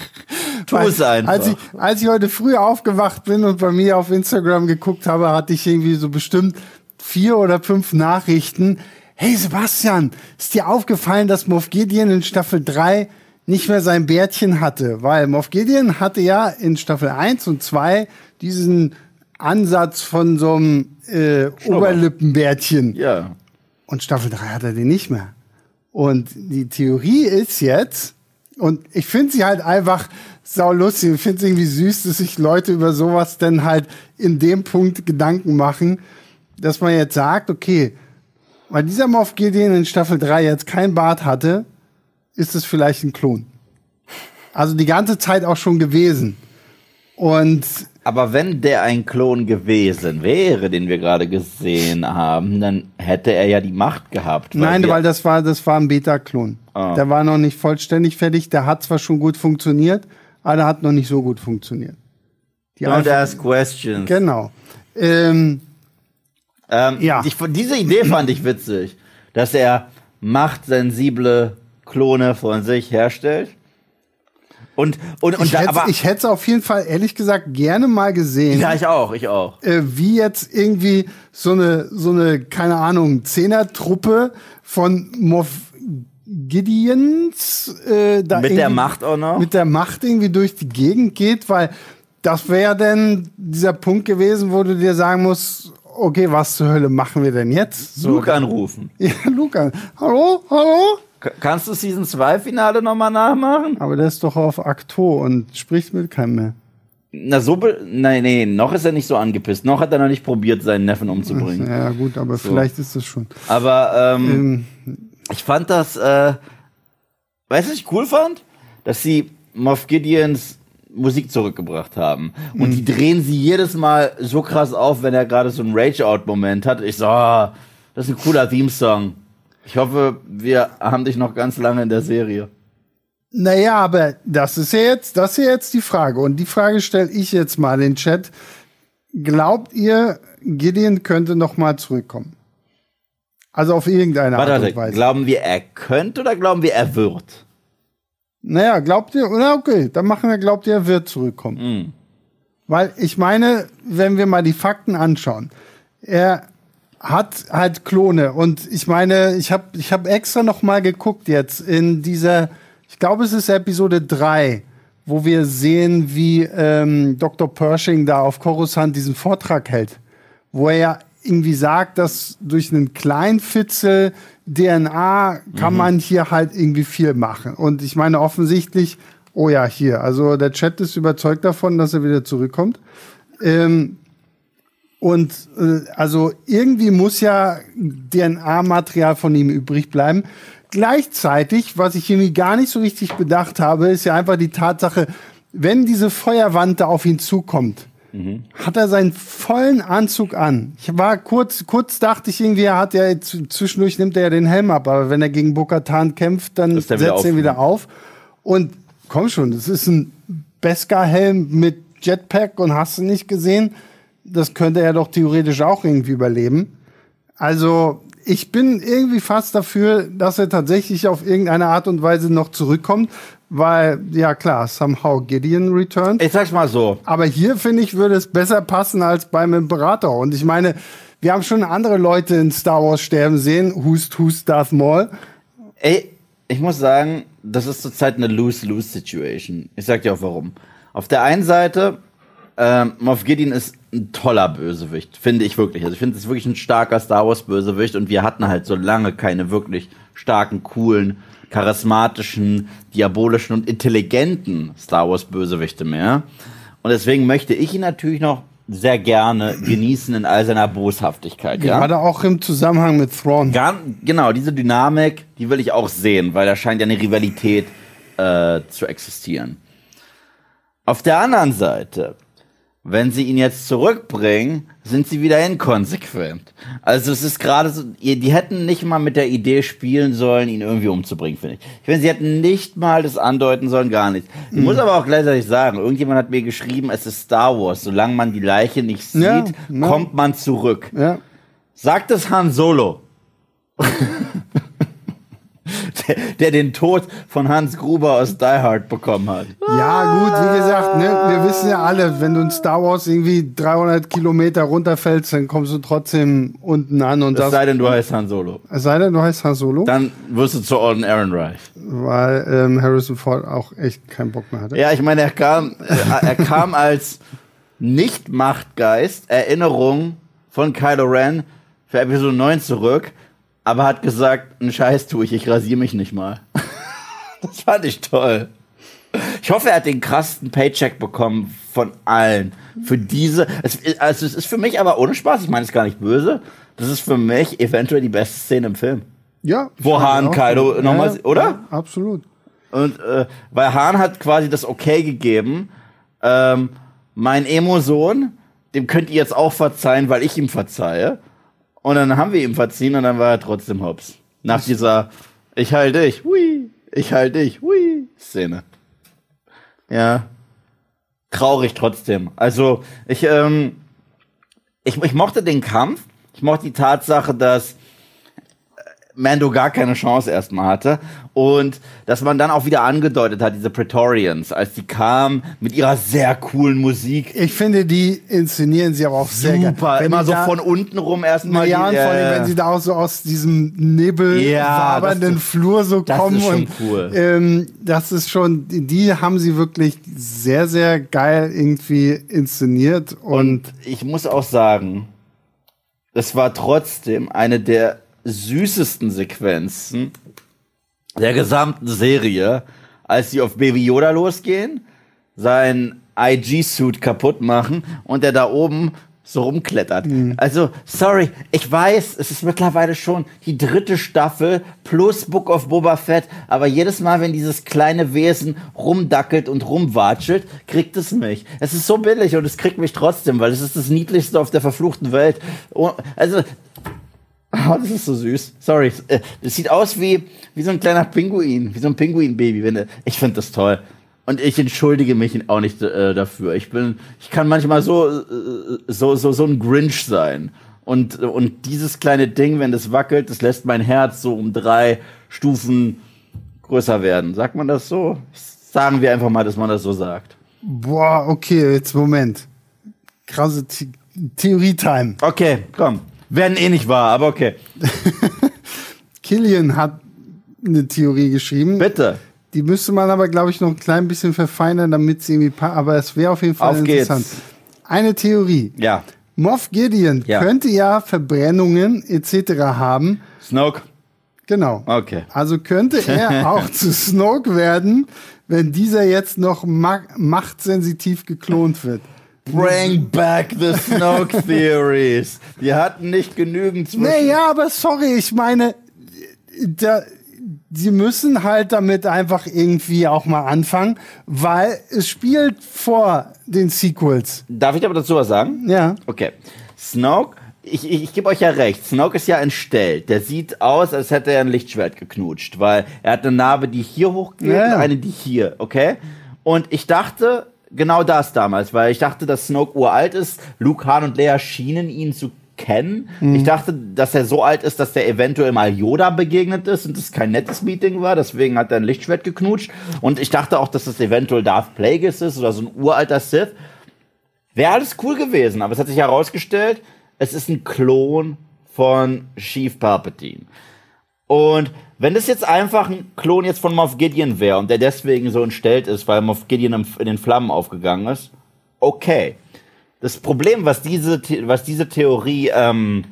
B: Tu es einfach.
C: Als ich, als ich heute früh aufgewacht bin und bei mir auf Instagram geguckt habe, hatte ich irgendwie so bestimmt vier oder fünf Nachrichten. Hey Sebastian, ist dir aufgefallen, dass Moff Gideon in Staffel drei nicht mehr sein Bärtchen hatte? Weil Moff Gideon hatte ja in Staffel eins und zwei diesen Ansatz von so einem äh, Oberlippenbärtchen.
B: Ja.
C: Und Staffel drei hat er den nicht mehr. Und die Theorie ist jetzt, und ich finde sie halt einfach sau lustig, ich finde es irgendwie süß, dass sich Leute über sowas dann halt in dem Punkt Gedanken machen, dass man jetzt sagt, okay, weil dieser Moff Gideon in Staffel drei jetzt kein Bart hatte, ist es vielleicht ein Klon. Also die ganze Zeit auch schon gewesen. Und
B: aber wenn der ein Klon gewesen wäre, den wir gerade gesehen haben, dann hätte er ja die Macht gehabt. Weil
C: nein, weil das war, das war ein Beta-Klon.
B: Oh.
C: Der war noch nicht vollständig fertig. Der hat zwar schon gut funktioniert, aber der hat noch nicht so gut funktioniert. Die
B: Don't
C: einfach,
B: ask questions.
C: Genau. Ähm,
B: ähm,
C: ja.
B: ich, diese Idee fand ich witzig, dass er machtsensible Klone von sich herstellt. Und, und, und
C: ich
B: da,
C: hätte
B: aber
C: ich hätte es auf jeden Fall ehrlich gesagt gerne mal gesehen.
B: Ja, ich auch, ich auch.
C: Äh, wie jetzt irgendwie so eine, so eine, keine Ahnung, Zehner-Truppe von Moff Gideons äh, da
B: mit der Macht auch noch?
C: Mit der Macht irgendwie durch die Gegend geht, weil das wäre dann dieser Punkt gewesen, wo du dir sagen musst, okay, was zur Hölle machen wir denn jetzt?
B: So, Luke anrufen.
C: Ja, Luke an. Hallo, hallo?
B: K- kannst du Season zwei Finale nochmal nachmachen?
C: Aber der ist doch auf Akto und spricht mit keinem mehr.
B: Na, so, be- nein, nee, noch ist er nicht so angepisst. Noch hat er noch nicht probiert, seinen Neffen umzubringen.
C: Ja, gut, aber so. Vielleicht ist das schon.
B: Aber, ähm,
C: ähm,
B: ich fand das, äh, weißt du, was ich cool fand? Dass sie Moff Gideons Musik zurückgebracht haben. Und mhm. die drehen sie jedes Mal so krass auf, wenn er gerade so einen Rage-Out-Moment hat. Ich so, oh, das ist ein cooler Theme-Song. Ich hoffe, wir haben dich noch ganz lange in der Serie.
C: Naja, aber das ist ja jetzt, das ist ja jetzt die Frage. Und die Frage stelle ich jetzt mal in den Chat. Glaubt ihr, Gideon könnte noch mal zurückkommen? Also auf irgendeine
B: Warte,
C: Art und
B: warte,
C: Weise.
B: Glauben wir, er könnte oder glauben wir, er wird?
C: Naja, glaubt ihr, oder okay, dann machen wir, glaubt ihr, er wird zurückkommen.
B: Mm.
C: Weil ich meine, wenn wir mal die Fakten anschauen, er hat halt Klone und ich meine, ich habe ich hab extra noch mal geguckt jetzt in dieser, ich glaube, es ist Episode drei, wo wir sehen, wie ähm, Doktor Pershing da auf Coruscant diesen Vortrag hält, wo er ja irgendwie sagt, dass durch einen Kleinfitzel D N A kann mhm. man hier halt irgendwie viel machen. Und ich meine offensichtlich, oh ja, hier, also der Chat ist überzeugt davon, dass er wieder zurückkommt. Ähm, und äh, also irgendwie muss ja D N A-Material von ihm übrig bleiben. Gleichzeitig, was ich irgendwie gar nicht so richtig bedacht habe, ist ja einfach die Tatsache, wenn diese Feuerwand da auf ihn zukommt, Mhm. hat er seinen vollen Anzug an. Ich war kurz, kurz dachte ich irgendwie, er hat ja jetzt, zwischendurch nimmt er ja den Helm ab, aber wenn er gegen Bo-Katan kämpft, dann setzt er ihn wieder auf. Und komm schon, das ist ein Beskar-Helm mit Jetpack und hast du nicht gesehen? Das könnte er doch theoretisch auch irgendwie überleben. Also ich bin irgendwie fast dafür, dass er tatsächlich auf irgendeine Art und Weise noch zurückkommt. Weil, ja klar, somehow Gideon returns.
B: Ich sag's mal so.
C: Aber hier, finde ich, würde es besser passen als beim Imperator. Und ich meine, wir haben schon andere Leute in Star Wars sterben sehen. Hust, hust, Darth Maul.
B: Ey, ich muss sagen, das ist zurzeit eine Lose-Lose-Situation. Ich sag dir auch warum. Auf der einen Seite, ähm, Moff Gideon ist ein toller Bösewicht, finde ich wirklich. Also ich finde, es ist wirklich ein starker Star Wars-Bösewicht. Und wir hatten halt so lange keine wirklich starken, coolen, charismatischen, diabolischen und intelligenten Star Wars Bösewichte mehr. Und deswegen möchte ich ihn natürlich noch sehr gerne genießen in all seiner Boshaftigkeit.
C: Gerade ja? auch im Zusammenhang mit Thrawn.
B: Gar, genau, diese Dynamik, die will ich auch sehen, weil da scheint ja eine Rivalität äh, zu existieren. Auf der anderen Seite, wenn sie ihn jetzt zurückbringen, sind sie wieder inkonsequent. Also es ist gerade so, die hätten nicht mal mit der Idee spielen sollen, ihn irgendwie umzubringen, finde ich. Ich finde, sie hätten nicht mal das andeuten sollen, gar nicht. Ich mhm. muss aber auch gleichzeitig sagen, irgendjemand hat mir geschrieben, es ist Star Wars. Solange man die Leiche nicht sieht, ja, ja. kommt man zurück. Ja. Sagt es Han Solo. Der, der den Tod von Hans Gruber aus Die Hard bekommen hat.
C: Ja, gut, wie gesagt, ne, wir wissen ja alle, wenn du in Star Wars irgendwie dreihundert Kilometer runterfällst, dann kommst du trotzdem unten an. Und
B: es das, sei denn, du heißt Han Solo.
C: Es sei denn, du heißt Han Solo.
B: Dann wirst du zu Alden Ehrenreich.
C: Weil ähm, Harrison Ford auch echt keinen Bock mehr hatte.
B: Ja, ich meine, er kam, er kam als Nicht-Machtgeist, Erinnerung von Kylo Ren für Episode neun zurück, aber hat gesagt, einen Scheiß tue ich, ich rasiere mich nicht mal. Das fand ich toll. Ich hoffe, er hat den krassesten Paycheck bekommen von allen. Für diese, es, also es ist für mich aber ohne Spaß, ich meine es gar nicht böse, das ist für mich eventuell die beste Szene im Film.
C: Ja.
B: Wo Han Kylo
C: ja,
B: nochmal, oder?
C: Ja, absolut.
B: Und, äh, weil Han hat quasi das Okay gegeben, ähm, mein Emo-Sohn, dem könnt ihr jetzt auch verzeihen, weil ich ihm verzeihe. Und dann haben wir ihm verziehen und dann war er trotzdem hops. Nach dieser Ich halte dich, hui, ich halte dich, hui Szene. Ja. Traurig trotzdem. Also, ich, ähm, ich, ich mochte den Kampf. Ich mochte die Tatsache, dass Mando gar keine Chance erstmal hatte. Und dass man dann auch wieder angedeutet hat, diese Praetorians, als die kamen mit ihrer sehr coolen Musik.
C: Ich finde, die inszenieren sie aber auch sehr geil.
B: Super, immer so von unten rum erstmal.
C: Ja, und vor allem, wenn sie da auch so aus diesem nebelwabernden ja, Flur so
B: das
C: kommen.
B: Das ist schon
C: und,
B: cool.
C: Ähm, das ist schon, die haben sie wirklich sehr, sehr geil irgendwie inszeniert. Und,
B: und ich muss auch sagen, es war trotzdem eine der süßesten Sequenzen der gesamten Serie, als sie auf Baby Yoda losgehen, sein I G-Suit kaputt machen und er da oben so rumklettert. Mhm. Also, sorry, ich weiß, es ist mittlerweile schon die dritte Staffel plus Book of Boba Fett, aber jedes Mal, wenn dieses kleine Wesen rumdackelt und rumwatschelt, kriegt es mich. Es ist so billig und es kriegt mich trotzdem, weil es ist das Niedlichste auf der verfluchten Welt. Also, oh, das ist so süß. Sorry, es sieht aus wie, wie so ein kleiner Pinguin, wie so ein Pinguin-Baby. Wenn, ich finde das toll. Und ich entschuldige mich auch nicht äh, dafür. Ich bin, ich kann manchmal so, äh, so, so, so ein Grinch sein. Und, und dieses kleine Ding, wenn das wackelt, das lässt mein Herz so um drei Stufen größer werden. Sagt man das so? Sagen wir einfach mal, dass man das so sagt.
C: Boah, okay, jetzt Moment. Krasse The- Theorie-Time.
B: Okay, komm. Werden eh nicht wahr, aber okay.
C: Killian hat eine Theorie geschrieben.
B: Bitte.
C: Die müsste man aber, glaube ich, noch ein klein bisschen verfeinern, damit sie irgendwie pa- aber es wäre auf jeden Fall
B: auf
C: interessant.
B: Geht's.
C: Eine Theorie.
B: Ja.
C: Moff Gideon
B: ja.
C: könnte ja Verbrennungen et cetera haben.
B: Snoke.
C: Genau.
B: Okay.
C: Also könnte er auch zu Snoke werden, wenn dieser jetzt noch ma- machtsensitiv geklont wird.
B: Bring back the Snoke Theories. Die hatten nicht genügend zwischen...
C: Naja, aber sorry, ich meine, da... Sie müssen halt damit einfach irgendwie auch mal anfangen, weil es spielt vor den Sequels.
B: Darf ich aber dazu was sagen?
C: Ja.
B: Okay. Snoke, ich, ich, ich gebe euch ja recht, Snoke ist ja entstellt. Der sieht aus, als hätte er ein Lichtschwert geknutscht, weil er hat eine Narbe, die hier hochgeht ja, ja. und eine, die hier, okay? Und ich dachte, genau das damals, weil ich dachte, dass Snoke uralt ist. Luke, Han und Leia schienen ihn zu kennen. Mhm. Ich dachte, dass er so alt ist, dass der eventuell mal Yoda begegnet ist und es kein nettes Meeting war, deswegen hat er ein Lichtschwert geknutscht. Und ich dachte auch, dass das eventuell Darth Plagueis ist oder so ein uralter Sith. Wäre alles cool gewesen, aber es hat sich herausgestellt, es ist ein Klon von Sheev Palpatine. Und wenn das jetzt einfach ein Klon jetzt von Moff Gideon wäre und der deswegen so entstellt ist, weil Moff Gideon in den Flammen aufgegangen ist, okay. Das Problem, was diese, was diese Theorie ähm,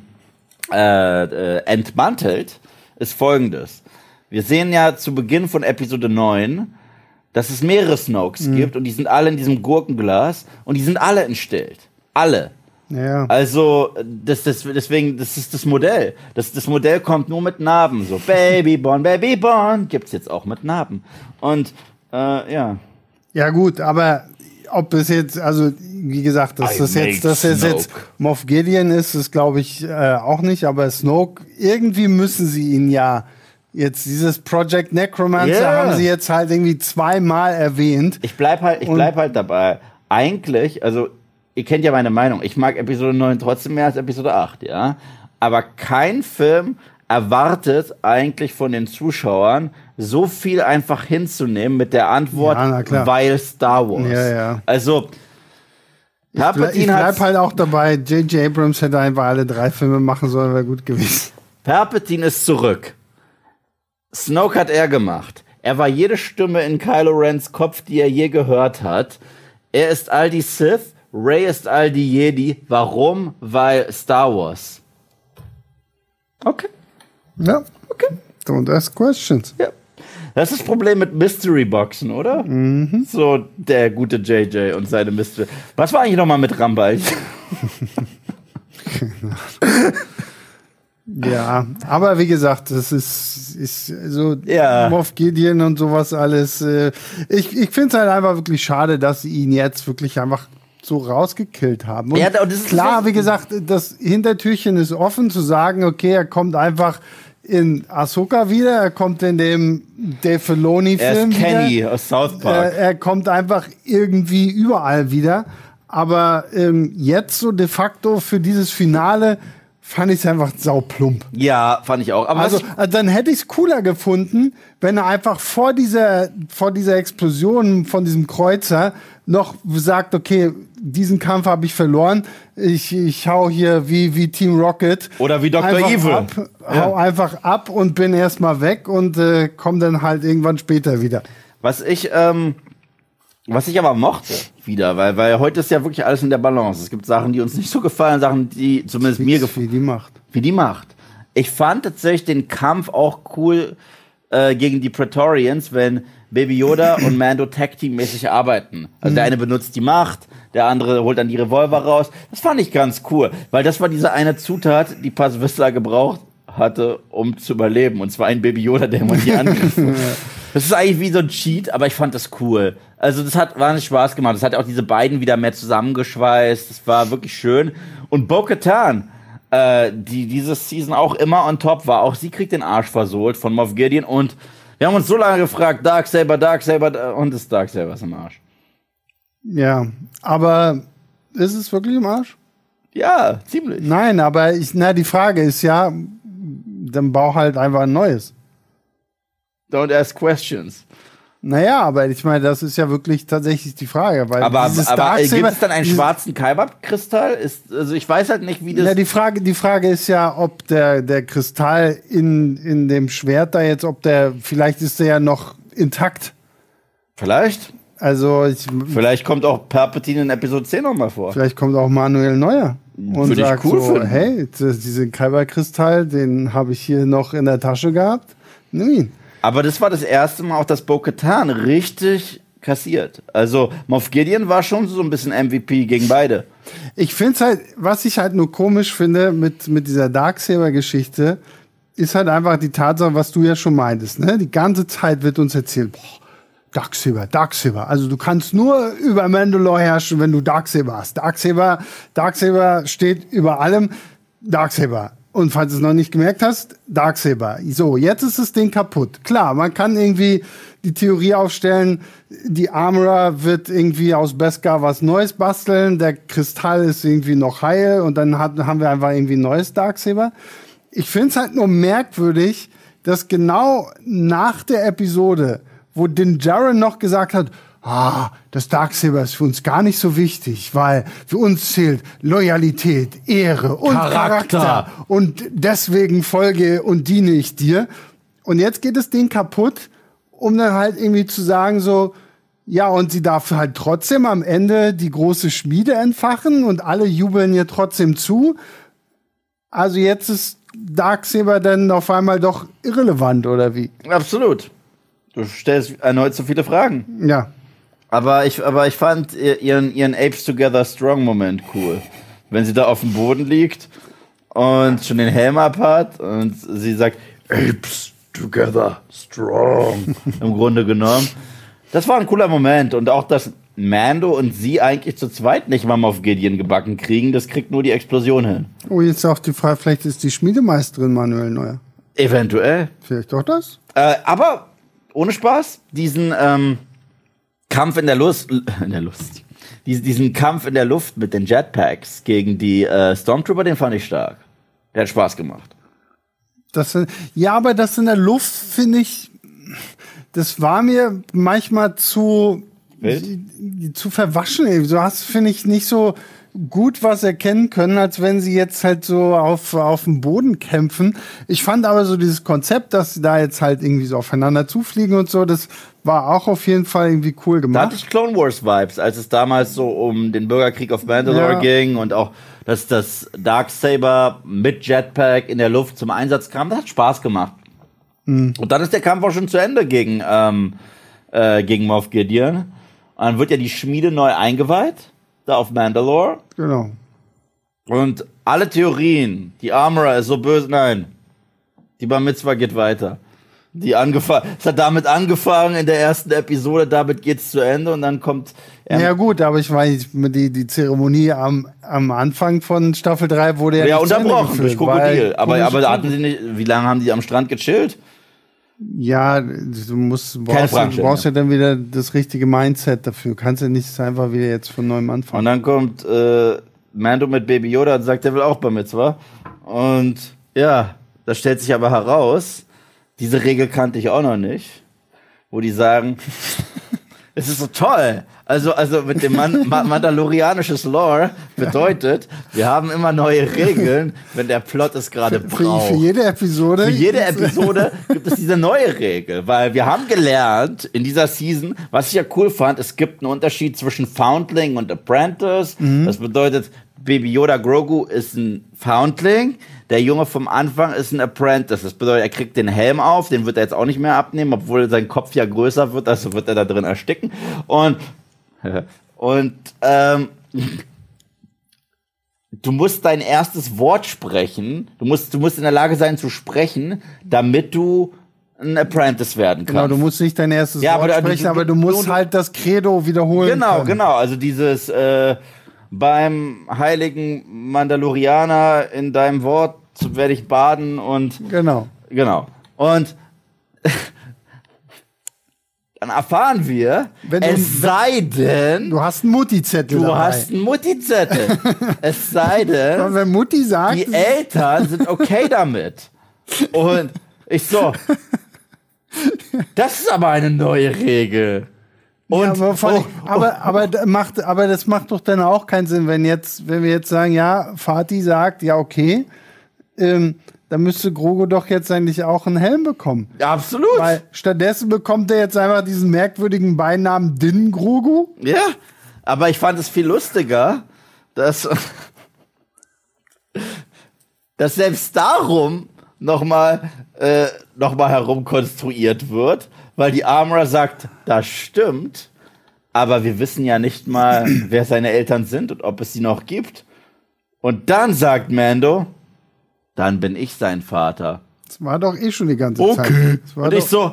B: äh, äh, entmantelt, ist folgendes. Wir sehen ja zu Beginn von Episode neun, dass es mehrere Snokes mhm. gibt und die sind alle in diesem Gurkenglas und die sind alle entstellt. Alle.
C: Ja.
B: Also, das, das, deswegen, das ist das Modell. Das, das Modell kommt nur mit Narben. So, Babyborn, Babyborn, gibt's jetzt auch mit Narben. Und, äh, ja.
C: Ja, gut, aber ob es jetzt, also, wie gesagt, dass das jetzt, dass es jetzt Moff Gideon ist, das glaube ich äh, auch nicht, aber Snoke, irgendwie müssen sie ihn ja jetzt, dieses Project Necromancer yeah. haben sie jetzt halt irgendwie zweimal erwähnt.
B: Ich bleib halt, ich bleib halt dabei. Eigentlich, also, ihr kennt ja meine Meinung, ich mag Episode neun trotzdem mehr als Episode acht, ja. Aber kein Film erwartet eigentlich von den Zuschauern, so viel einfach hinzunehmen mit der Antwort, ja, weil Star Wars.
C: Ja, ja.
B: Also,
C: ich, ble- ich bleib halt auch dabei, J J Abrams hätte einfach alle drei Filme machen sollen, wäre gut gewesen.
B: Palpatine ist zurück. Snoke hat er gemacht. Er war jede Stimme in Kylo Rens Kopf, die er je gehört hat. Er ist all die Sith, Rey ist all die Jedi. Warum? Weil Star Wars. Okay.
C: Ja, okay. Don't ask questions.
B: Ja. Das ist das Problem mit Mystery-Boxen, oder?
C: Mhm.
B: So der gute J J und seine Mystery. Was war eigentlich nochmal mit Rambal?
C: Ja, aber wie gesagt, das ist, ist so
B: ja.
C: Moff Gideon und sowas alles. Äh, ich ich finde es halt einfach wirklich schade, dass sie ihn jetzt wirklich einfach so rausgekillt haben. Und
B: ja, das ist
C: klar, wie gesagt, das Hintertürchen ist offen, zu sagen, okay, er kommt einfach in Ahsoka wieder, er kommt in dem Dave Filoni-Film wieder.
B: Er ist Kenny aus South Park.
C: Er, er kommt einfach irgendwie überall wieder. Aber ähm, jetzt so de facto für dieses Finale fand ich es einfach sauplump.
B: Ja, fand ich auch. Aber
C: also, also dann hätte ich es cooler gefunden, wenn er einfach vor dieser, vor dieser Explosion von diesem Kreuzer noch sagt, okay, diesen Kampf habe ich verloren. Ich, ich hau hier wie, wie Team Rocket.
B: Oder wie Doktor Evil.
C: Ab,
B: ja.
C: Hau einfach ab und bin erstmal weg und äh, komm dann halt irgendwann später wieder.
B: Was ich, ähm, Was ich aber mochte wieder, weil, weil heute ist ja wirklich alles in der Balance. Es gibt Sachen, die uns nicht so gefallen, Sachen, die zumindest mir gefallen.
C: Wie die Macht.
B: Wie die Macht. Ich fand tatsächlich den Kampf auch cool äh, gegen die Praetorians, wenn Baby Yoda und Mando Tag-Team-mäßig arbeiten. Also mhm. der eine benutzt die Macht, der andere holt dann die Revolver raus. Das fand ich ganz cool, weil das war diese eine Zutat, die Paz Vizsla gebraucht hatte, um zu überleben. Und zwar ein Baby Yoda, der immer die angegriffen hat. Das ist eigentlich wie so ein Cheat, aber ich fand das cool. Also das hat wahnsinnig Spaß gemacht. Das hat auch diese beiden wieder mehr zusammengeschweißt. Das war wirklich schön. Und Bo-Katan, äh, die diese Season auch immer on top war, auch sie kriegt den Arsch versohlt von Moff Gideon. Und wir haben uns so lange gefragt, Darksaber, Darksaber, und das Darksaber ist im Arsch.
C: Ja, aber ist es wirklich im Arsch?
B: Ja, ziemlich.
C: Nein, aber ich, na, die Frage ist ja, dann bau halt einfach ein neues.
B: Don't ask questions.
C: Naja, aber ich meine, das ist ja wirklich tatsächlich die Frage. Weil
B: aber
C: dieses
B: aber
C: Darksaber,
B: gibt es dann einen schwarzen Kyber-Kristall? Ist, also ich weiß halt nicht, wie das...
C: Ja, die Frage, die Frage ist ja, ob der, der Kristall in, in dem Schwert da jetzt, ob der, vielleicht ist der ja noch intakt.
B: Vielleicht.
C: Also ich,
B: Vielleicht kommt auch Palpatine in Episode zehn nochmal vor.
C: Vielleicht kommt auch Manuel Neuer. Und
B: Würde
C: sagt
B: ich cool
C: so,
B: finden.
C: hey, diesen Kyber-Kristall, den habe ich hier noch in der Tasche gehabt. Nimm ihn.
B: Aber das war das erste Mal auch, dass Bo-Katan richtig kassiert. Also Moff Gideon war schon so ein bisschen M V P gegen beide.
C: Ich finde es halt, was ich halt nur komisch finde mit, mit dieser Darksaber-Geschichte, ist halt einfach die Tatsache, was du ja schon meintest. Ne? Die ganze Zeit wird uns erzählt, boah, Darksaber, Darksaber. Also du kannst nur über Mandalore herrschen, wenn du Darksaber hast. Darksaber, Darksaber steht über allem. Darksaber. Und falls du es noch nicht gemerkt hast, Darksaber. So, jetzt ist das Ding kaputt. Klar, man kann irgendwie die Theorie aufstellen, die Armorer wird irgendwie aus Beskar was Neues basteln, der Kristall ist irgendwie noch heil und dann hat, haben wir einfach irgendwie ein neues Darksaber. Ich finde es halt nur merkwürdig, dass genau nach der Episode, wo Din Djarin noch gesagt hat, ah, das Darksaber ist für uns gar nicht so wichtig, weil für uns zählt Loyalität, Ehre und Charakter. Charakter. Und deswegen folge und diene ich dir. Und jetzt geht das Ding kaputt, um dann halt irgendwie zu sagen so, ja, und sie darf halt trotzdem am Ende die große Schmiede entfachen und alle jubeln ihr trotzdem zu. Also jetzt ist Darksaber dann auf einmal doch irrelevant, oder wie?
B: Absolut. Du stellst erneut so viele Fragen.
C: Ja.
B: Aber ich, aber ich fand ihren, ihren Apes Together Strong Moment cool. Wenn sie da auf dem Boden liegt und schon den Helm ab hat und sie sagt, Apes Together Strong. Im Grunde genommen. Das war ein cooler Moment. Und auch, dass Mando und sie eigentlich zu zweit nicht mal auf Gideon gebacken kriegen, das kriegt nur die Explosion hin.
C: Oh, jetzt auch die Frage, vielleicht ist die Schmiedemeisterin Manuel Neuer.
B: Eventuell.
C: Vielleicht doch das?
B: Äh, aber, ohne Spaß, diesen, ähm, Kampf in der Lust, in der Lust, diesen, diesen Kampf in der Luft mit den Jetpacks gegen die äh, Stormtrooper, den fand ich stark. Der hat Spaß gemacht.
C: Das, ja, aber das in der Luft, finde ich, das war mir manchmal zu, zu verwaschen. Du hast, finde ich, nicht so gut was erkennen können, als wenn sie jetzt halt so auf, auf dem Boden kämpfen. Ich fand aber so dieses Konzept, dass sie da jetzt halt irgendwie so aufeinander zufliegen und so, das war auch auf jeden Fall irgendwie cool gemacht.
B: Da hatte ich Clone Wars Vibes, als es damals so um den Bürgerkrieg auf Mandalore ja. ging und auch, dass das Darksaber mit Jetpack in der Luft zum Einsatz kam. Das hat Spaß gemacht. Mhm. Und dann ist der Kampf auch schon zu Ende gegen, ähm, äh, gegen Moff Gideon. Und dann wird ja die Schmiede neu eingeweiht, da auf Mandalore.
C: Genau.
B: Und alle Theorien, die Armorer ist so böse, nein, die Bar Mitzvah geht weiter. Die angefangen, es hat damit angefangen in der ersten Episode, damit geht's zu Ende und dann kommt. Ähm,
C: ja gut, aber ich meine, die, die Zeremonie am, am Anfang von Staffel drei wurde ja,
B: ja unterbrochen durch Krokodil. Aber, aber da hatten sie nicht, wie lange haben die am Strand gechillt?
C: Ja, du musst, brauchst, du brauchst ja dann wieder das richtige Mindset dafür. Du kannst ja nicht einfach wieder jetzt von neuem anfangen.
B: Und dann kommt äh, Mando mit Baby Yoda und sagt, der will auch Bar Mitzvah. Und ja, das stellt sich aber heraus, diese Regel kannte ich auch noch nicht, wo die sagen, es ist so toll, Also, also mit dem Man Ma Mandalorianisches Lore bedeutet, wir haben immer neue Regeln, wenn der Plot es gerade braucht.
C: Für, für jede Episode?
B: Für jede Episode gibt es diese neue Regel, weil wir haben gelernt in dieser Season, was ich ja cool fand, es gibt einen Unterschied zwischen Foundling und Apprentice. Mhm. Das bedeutet, Baby Yoda Grogu ist ein Foundling, der Junge vom Anfang ist ein Apprentice. Das bedeutet, er kriegt den Helm auf, den wird er jetzt auch nicht mehr abnehmen, obwohl sein Kopf ja größer wird, also wird er da drin ersticken. Und Und ähm, du musst dein erstes Wort sprechen. Du musst, du musst in der Lage sein zu sprechen, damit du ein Apprentice werden kannst.
C: Genau, du musst nicht dein erstes
B: ja,
C: Wort
B: aber,
C: sprechen,
B: du,
C: aber du musst du, halt das Credo wiederholen
B: Genau,
C: können.
B: genau. Also dieses äh, beim heiligen Mandalorianer in deinem Wort werde ich baden und
C: genau.
B: Genau. Und dann erfahren wir, wenn du, es sei denn...
C: Du hast einen Mutti-Zettel
B: Du
C: dabei.
B: hast einen Mutti-Zettel. Es sei denn...
C: Und wenn Mutti sagt...
B: Die Eltern sind okay damit. Und ich so... Das ist aber eine neue Regel. Und,
C: ja, aber, voll,
B: oh, oh,
C: aber, aber, macht, aber das macht doch dann auch keinen Sinn, wenn, jetzt, wenn wir jetzt sagen, ja, Vati sagt, ja, okay... Ähm, dann müsste Grogu doch jetzt eigentlich auch einen Helm bekommen.
B: Ja, absolut.
C: Weil stattdessen bekommt er jetzt einfach diesen merkwürdigen Beinamen Din Grogu.
B: Ja, aber ich fand es viel lustiger, dass, dass selbst darum nochmal äh, noch mal herumkonstruiert wird, weil die Armorer sagt, das stimmt, aber wir wissen ja nicht mal, wer seine Eltern sind und ob es sie noch gibt. Und dann sagt Mando, dann bin ich sein Vater.
C: Das war doch eh schon die ganze
B: okay.
C: Zeit.
B: Okay. Und ich
C: so,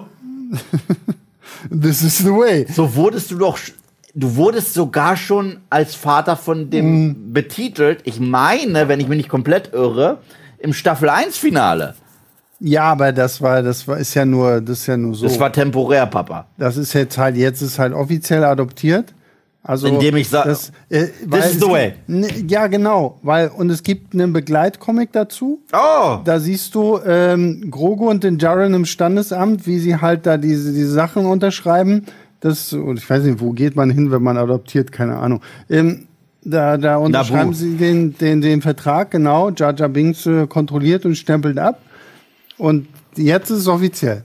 B: so,
C: this is the way.
B: So wurdest du doch, du wurdest sogar schon als Vater von dem mm. betitelt. Ich meine, wenn ich mich nicht komplett irre, im Staffel eins Finale.
C: Ja, aber das war, das war, ist ja nur, das ist ja nur so.
B: Das war temporär, Papa.
C: Das ist jetzt halt, jetzt ist halt offiziell adoptiert. Also,
B: indem ich sage,
C: äh,
B: this is the way.
C: Gibt, ja, genau, weil, und es gibt einen Begleitcomic dazu.
B: Oh!
C: Da siehst du ähm, Grogu und den Jaren im Standesamt, wie sie halt da diese, diese Sachen unterschreiben. Das, und ich weiß nicht, wo geht man hin, wenn man adoptiert, keine Ahnung. Ähm, da, da unterschreiben
B: Nabu.
C: sie den, den, den Vertrag, genau. Jar Jar Binks äh, kontrolliert und stempelt ab. Und jetzt ist es offiziell.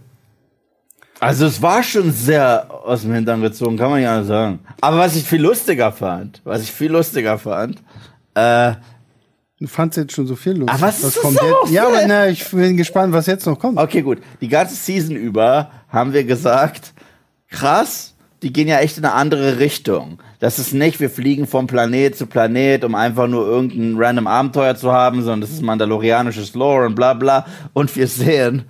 B: Also es war schon sehr aus dem Hintern gezogen, kann man ja sagen. Aber was ich viel lustiger fand, was ich viel lustiger fand, äh,
C: du fandst jetzt schon so viel lustig.
B: Aber was, was ist
C: kommt
B: das
C: jetzt? Ja, aber na, ich bin gespannt, was jetzt noch kommt.
B: Okay, gut. Die ganze Season über haben wir gesagt, krass, die gehen ja echt in eine andere Richtung. Das ist nicht, wir fliegen von Planet zu Planet, um einfach nur irgendein random Abenteuer zu haben, sondern das ist mandalorianisches Lore und bla bla. Und wir sehen,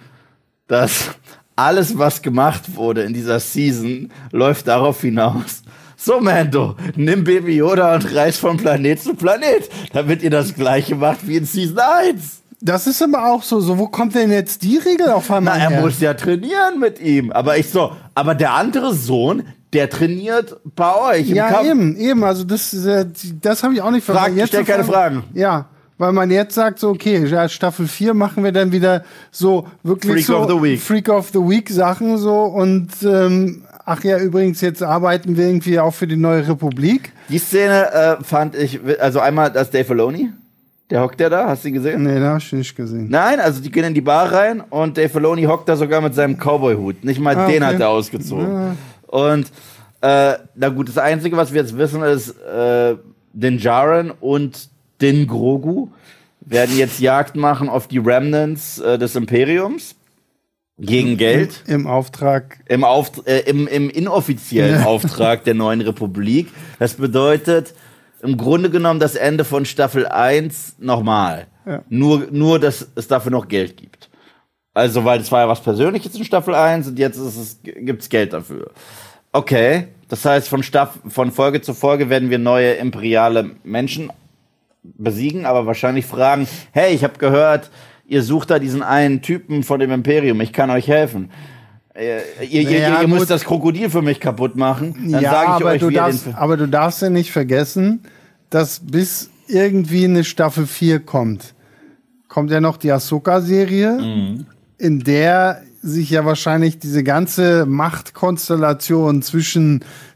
B: dass alles, was gemacht wurde in dieser Season, läuft darauf hinaus. So, Mando, nimm Baby Yoda und reis von Planet zu Planet, damit ihr das Gleiche macht wie in Season eins.
C: Das ist aber auch so, so, wo kommt denn jetzt die Regel auf einmal
B: Na, er
C: her?
B: muss ja trainieren mit ihm. Aber ich so, aber der andere Sohn, der trainiert bei euch im
C: Ja,
B: Kampf.
C: eben, eben, also das, äh, das habe ich auch nicht
B: Frag,
C: jetzt
B: stell keine Fragen.
C: Ja. Weil man jetzt sagt, so, okay, ja, Staffel vier machen wir dann wieder so wirklich
B: Freak
C: so
B: of the Week.
C: Freak of the Week Sachen so und ähm, ach ja, übrigens, jetzt arbeiten wir irgendwie auch für die neue Republik.
B: Die Szene äh, fand ich, also einmal das Dave Filoni, der hockt der da, hast du ihn gesehen?
C: Nee, da hast du nicht gesehen.
B: Nein, also die gehen in die Bar rein und Dave Filoni hockt da sogar mit seinem Cowboy-Hut. Nicht mal
C: Ah,
B: den
C: okay.
B: hat er ausgezogen.
C: Ja.
B: Und äh, na gut, das Einzige, was wir jetzt wissen, ist, äh, den Jaren und den Grogu werden jetzt Jagd machen auf die Remnants äh, des Imperiums gegen Geld.
C: Im, im Auftrag.
B: Im, Auft äh, im, im inoffiziellen
C: Ja.
B: Auftrag der neuen Republik. Das bedeutet im Grunde genommen das Ende von Staffel eins nochmal.
C: Ja.
B: Nur, nur, dass es dafür noch Geld gibt. Also, weil das war ja was Persönliches in Staffel eins und jetzt ist es, gibt's Geld dafür. Okay, das heißt, von, Staff von Folge zu Folge werden wir neue imperiale Menschen besiegen, aber wahrscheinlich fragen, hey, ich habe gehört, ihr sucht da diesen einen Typen von dem Imperium, ich kann euch helfen. Ihr, ihr,
C: Naja,
B: ihr, ihr müsst
C: gut.
B: das Krokodil für mich kaputt machen. Dann
C: Ja,
B: sage ich
C: aber
B: euch,
C: du
B: wie ihr
C: darfst,
B: den...
C: aber du darfst ja nicht vergessen, dass bis irgendwie eine Staffel vier kommt, kommt ja noch die Ahsoka-Serie,
B: Mhm.
C: in der sich ja wahrscheinlich diese ganze Machtkonstellation zwischen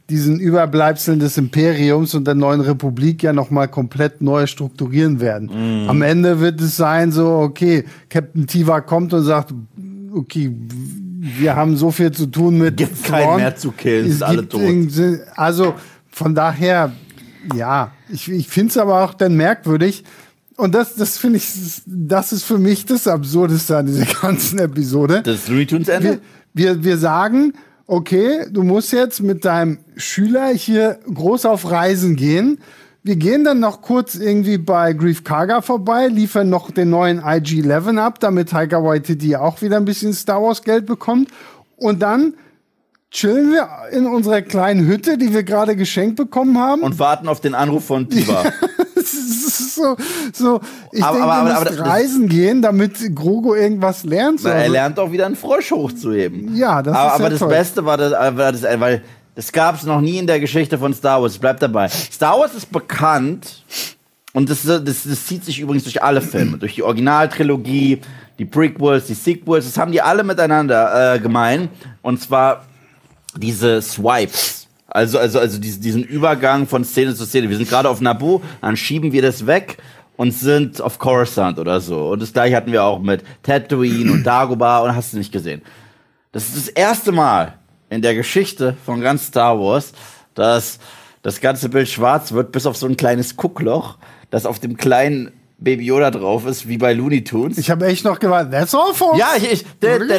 C: diesen Überbleibseln des Imperiums und der neuen Republik ja nochmal komplett neu strukturieren werden. Mm. Am Ende wird es sein so, okay, Captain Tiva kommt und sagt, okay, wir haben so viel zu tun mit
B: gibt keinen mehr zu killen, ist alle tot.
C: Also von daher, ja, ich, ich finde es aber auch dann merkwürdig. Und das, das finde ich, das ist für mich das Absurdeste an dieser ganzen Episode.
B: Das Looney-Tunes-Ende?
C: Wir, wir, wir sagen, okay, du musst jetzt mit deinem Schüler hier groß auf Reisen gehen. Wir gehen dann noch kurz irgendwie bei Greef Karga vorbei, liefern noch den neuen I G elf ab, damit Taika Waititi auch wieder ein bisschen Star Wars Geld bekommt. Und dann chillen wir in unserer kleinen Hütte, die wir gerade geschenkt bekommen haben.
B: Und warten auf den Anruf von Tiva.
C: Das ist so, so, ich
B: aber,
C: denke,
B: aber,
C: wir
B: aber,
C: müssen
B: aber,
C: reisen gehen, damit Grogu irgendwas lernt. So.
B: Er lernt auch wieder einen Frosch hochzuheben.
C: Ja, das
B: aber,
C: ist
B: Aber
C: ja
B: das
C: toll.
B: Beste war, das, war das, weil das gab es noch nie in der Geschichte von Star Wars. Ich bleib dabei. Star Wars ist bekannt, und das, das, das zieht sich übrigens durch alle Filme, durch die Originaltrilogie, die Prequels, die Sequels, das haben die alle miteinander äh, gemein. Und zwar diese Swipes. Also, also, also diesen, diesen Übergang von Szene zu Szene. Wir sind gerade auf Naboo, dann schieben wir das weg und sind auf Coruscant oder so. Und das gleiche hatten wir auch mit Tatooine und Dagobah und hast du nicht gesehen. Das ist das erste Mal in der Geschichte von ganz Star Wars, dass das ganze Bild schwarz wird, bis auf so ein kleines Guckloch, das auf dem kleinen Baby Yoda drauf ist, wie bei Looney Tunes.
C: Ich habe echt noch gewartet. That's all, folks.
B: Ja, ich... ich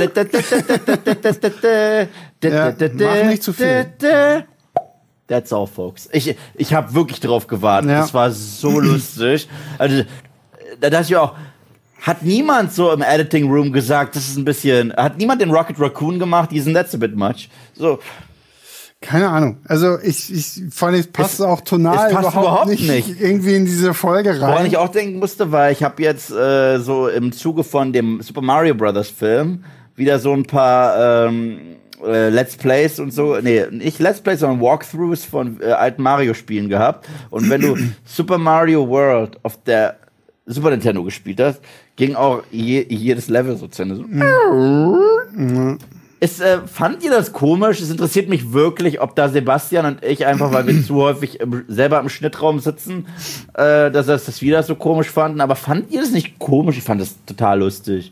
C: ja, mach nicht zu viel.
B: That's all, folks. Ich, ich habe wirklich drauf gewartet.
C: Ja.
B: Das war so lustig. Also, da dachte ich auch, hat niemand so im Editing Room gesagt, das ist ein bisschen, hat niemand den Rocket Raccoon gemacht, diesen that's a bit much. So.
C: Keine Ahnung. Also ich, ich fand, es passt es, auch tonal
B: es passt
C: überhaupt,
B: überhaupt
C: nicht,
B: nicht
C: irgendwie in diese Folge rein.
B: Woran ich auch denken musste, weil ich habe jetzt äh, so im Zuge von dem Super Mario Brothers Film wieder so ein paar ähm, äh, Let's Plays und so, nee, nicht Let's Plays, sondern Walkthroughs von äh, alten Mario-Spielen gehabt. Und wenn du Super Mario World auf der Super Nintendo gespielt hast, ging auch je, jedes Level so zu Ende. So. Mhm. Ist, äh, fand ihr das komisch? Es interessiert mich wirklich, ob da Sebastian und ich einfach, weil wir zu häufig im, selber im Schnittraum sitzen, äh, dass das, das wieder so komisch fanden. Aber fand ihr das nicht komisch? Ich fand das total lustig.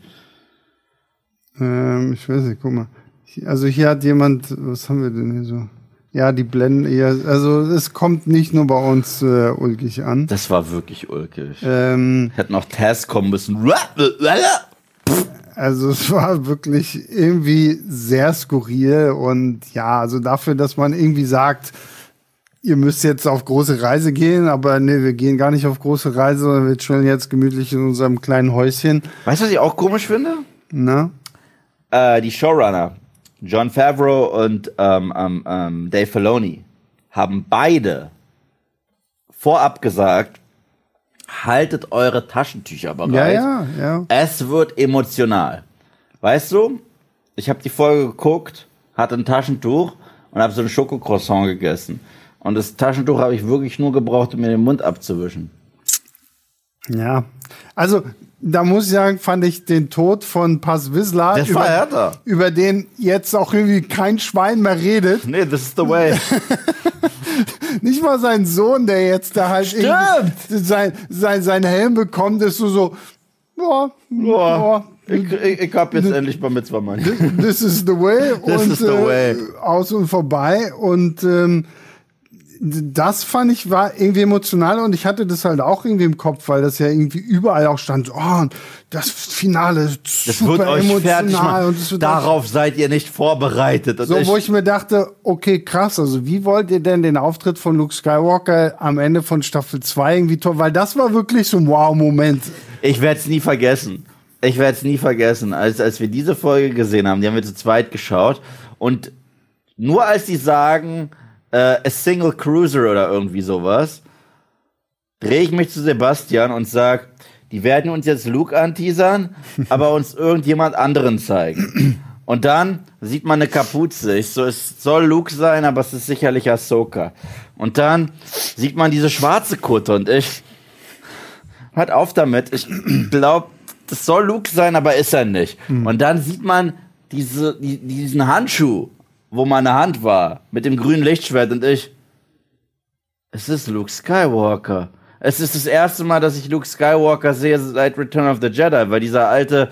C: Ähm, ich weiß nicht, guck mal. Also hier hat jemand, was haben wir denn hier so? Ja, die blenden eher, also es kommt nicht nur bei uns äh, ulkig an.
B: Das war wirklich ulkig.
C: Ähm,
B: Hätte noch Taz kommen müssen.
C: Also es war wirklich irgendwie sehr skurril und ja, also dafür, dass man irgendwie sagt, ihr müsst jetzt auf große Reise gehen, aber nee, wir gehen gar nicht auf große Reise, sondern wir chillen jetzt gemütlich in unserem kleinen Häuschen.
B: Weißt du, was ich auch komisch finde?
C: Na?
B: Äh, die Showrunner, Jon Favreau und ähm, ähm, ähm, Dave Filoni, haben beide vorab gesagt, haltet eure Taschentücher bereit.
C: Ja, ja, ja.
B: Es wird emotional. Weißt du, ich habe die Folge geguckt, hatte ein Taschentuch und habe so ein Schokocroissant gegessen. Und das Taschentuch habe ich wirklich nur gebraucht, um mir den Mund abzuwischen.
C: Ja, also da muss ich sagen, fand ich den Tod von Paz Vizsla,
B: Das war härter.
C: über den jetzt auch irgendwie kein Schwein mehr redet.
B: Nee, this is the way.
C: Nicht mal sein Sohn, der jetzt da halt
B: Stimmt.
C: sein, sein, sein Helm bekommt, ist so so, ja,
B: Boah,
C: ja.
B: ich, ich, ich hab jetzt endlich mal Mitzvah, Mann.
C: This is the way.
B: This
C: und
B: is the way.
C: Äh, aus und vorbei. Und ähm, das fand ich, war irgendwie emotional und ich hatte das halt auch irgendwie im Kopf, weil das ja irgendwie überall auch stand, oh, das Finale
B: Das
C: super
B: wird euch fertig
C: emotional.
B: machen.
C: Und das wird
B: Darauf seid ihr nicht vorbereitet. Und
C: so,
B: ich,
C: wo ich mir dachte, okay, krass, also wie wollt ihr denn den Auftritt von Luke Skywalker am Ende von Staffel zwei irgendwie toll, weil das war wirklich so ein Wow-Moment.
B: ich werde es nie vergessen. Ich werde es nie vergessen. Als, als wir diese Folge gesehen haben, die haben wir zu zweit geschaut und nur als die sagen, äh, a single cruiser oder irgendwie sowas, drehe ich mich zu Sebastian und sag, die werden uns jetzt Luke anteasern, aber uns irgendjemand anderen zeigen. Und dann sieht man eine Kapuze. Ich so, es soll Luke sein, aber es ist sicherlich Ahsoka. Und dann sieht man diese schwarze Kutte und ich, hört auf damit, ich glaube, das soll Luke sein, aber ist er nicht. Mhm. Und dann sieht man diese, die, diesen Handschuh, wo meine Hand war, mit dem grünen Lichtschwert und ich, es ist Luke Skywalker. Es ist das erste Mal, dass ich Luke Skywalker sehe seit Return of the Jedi, weil dieser alte,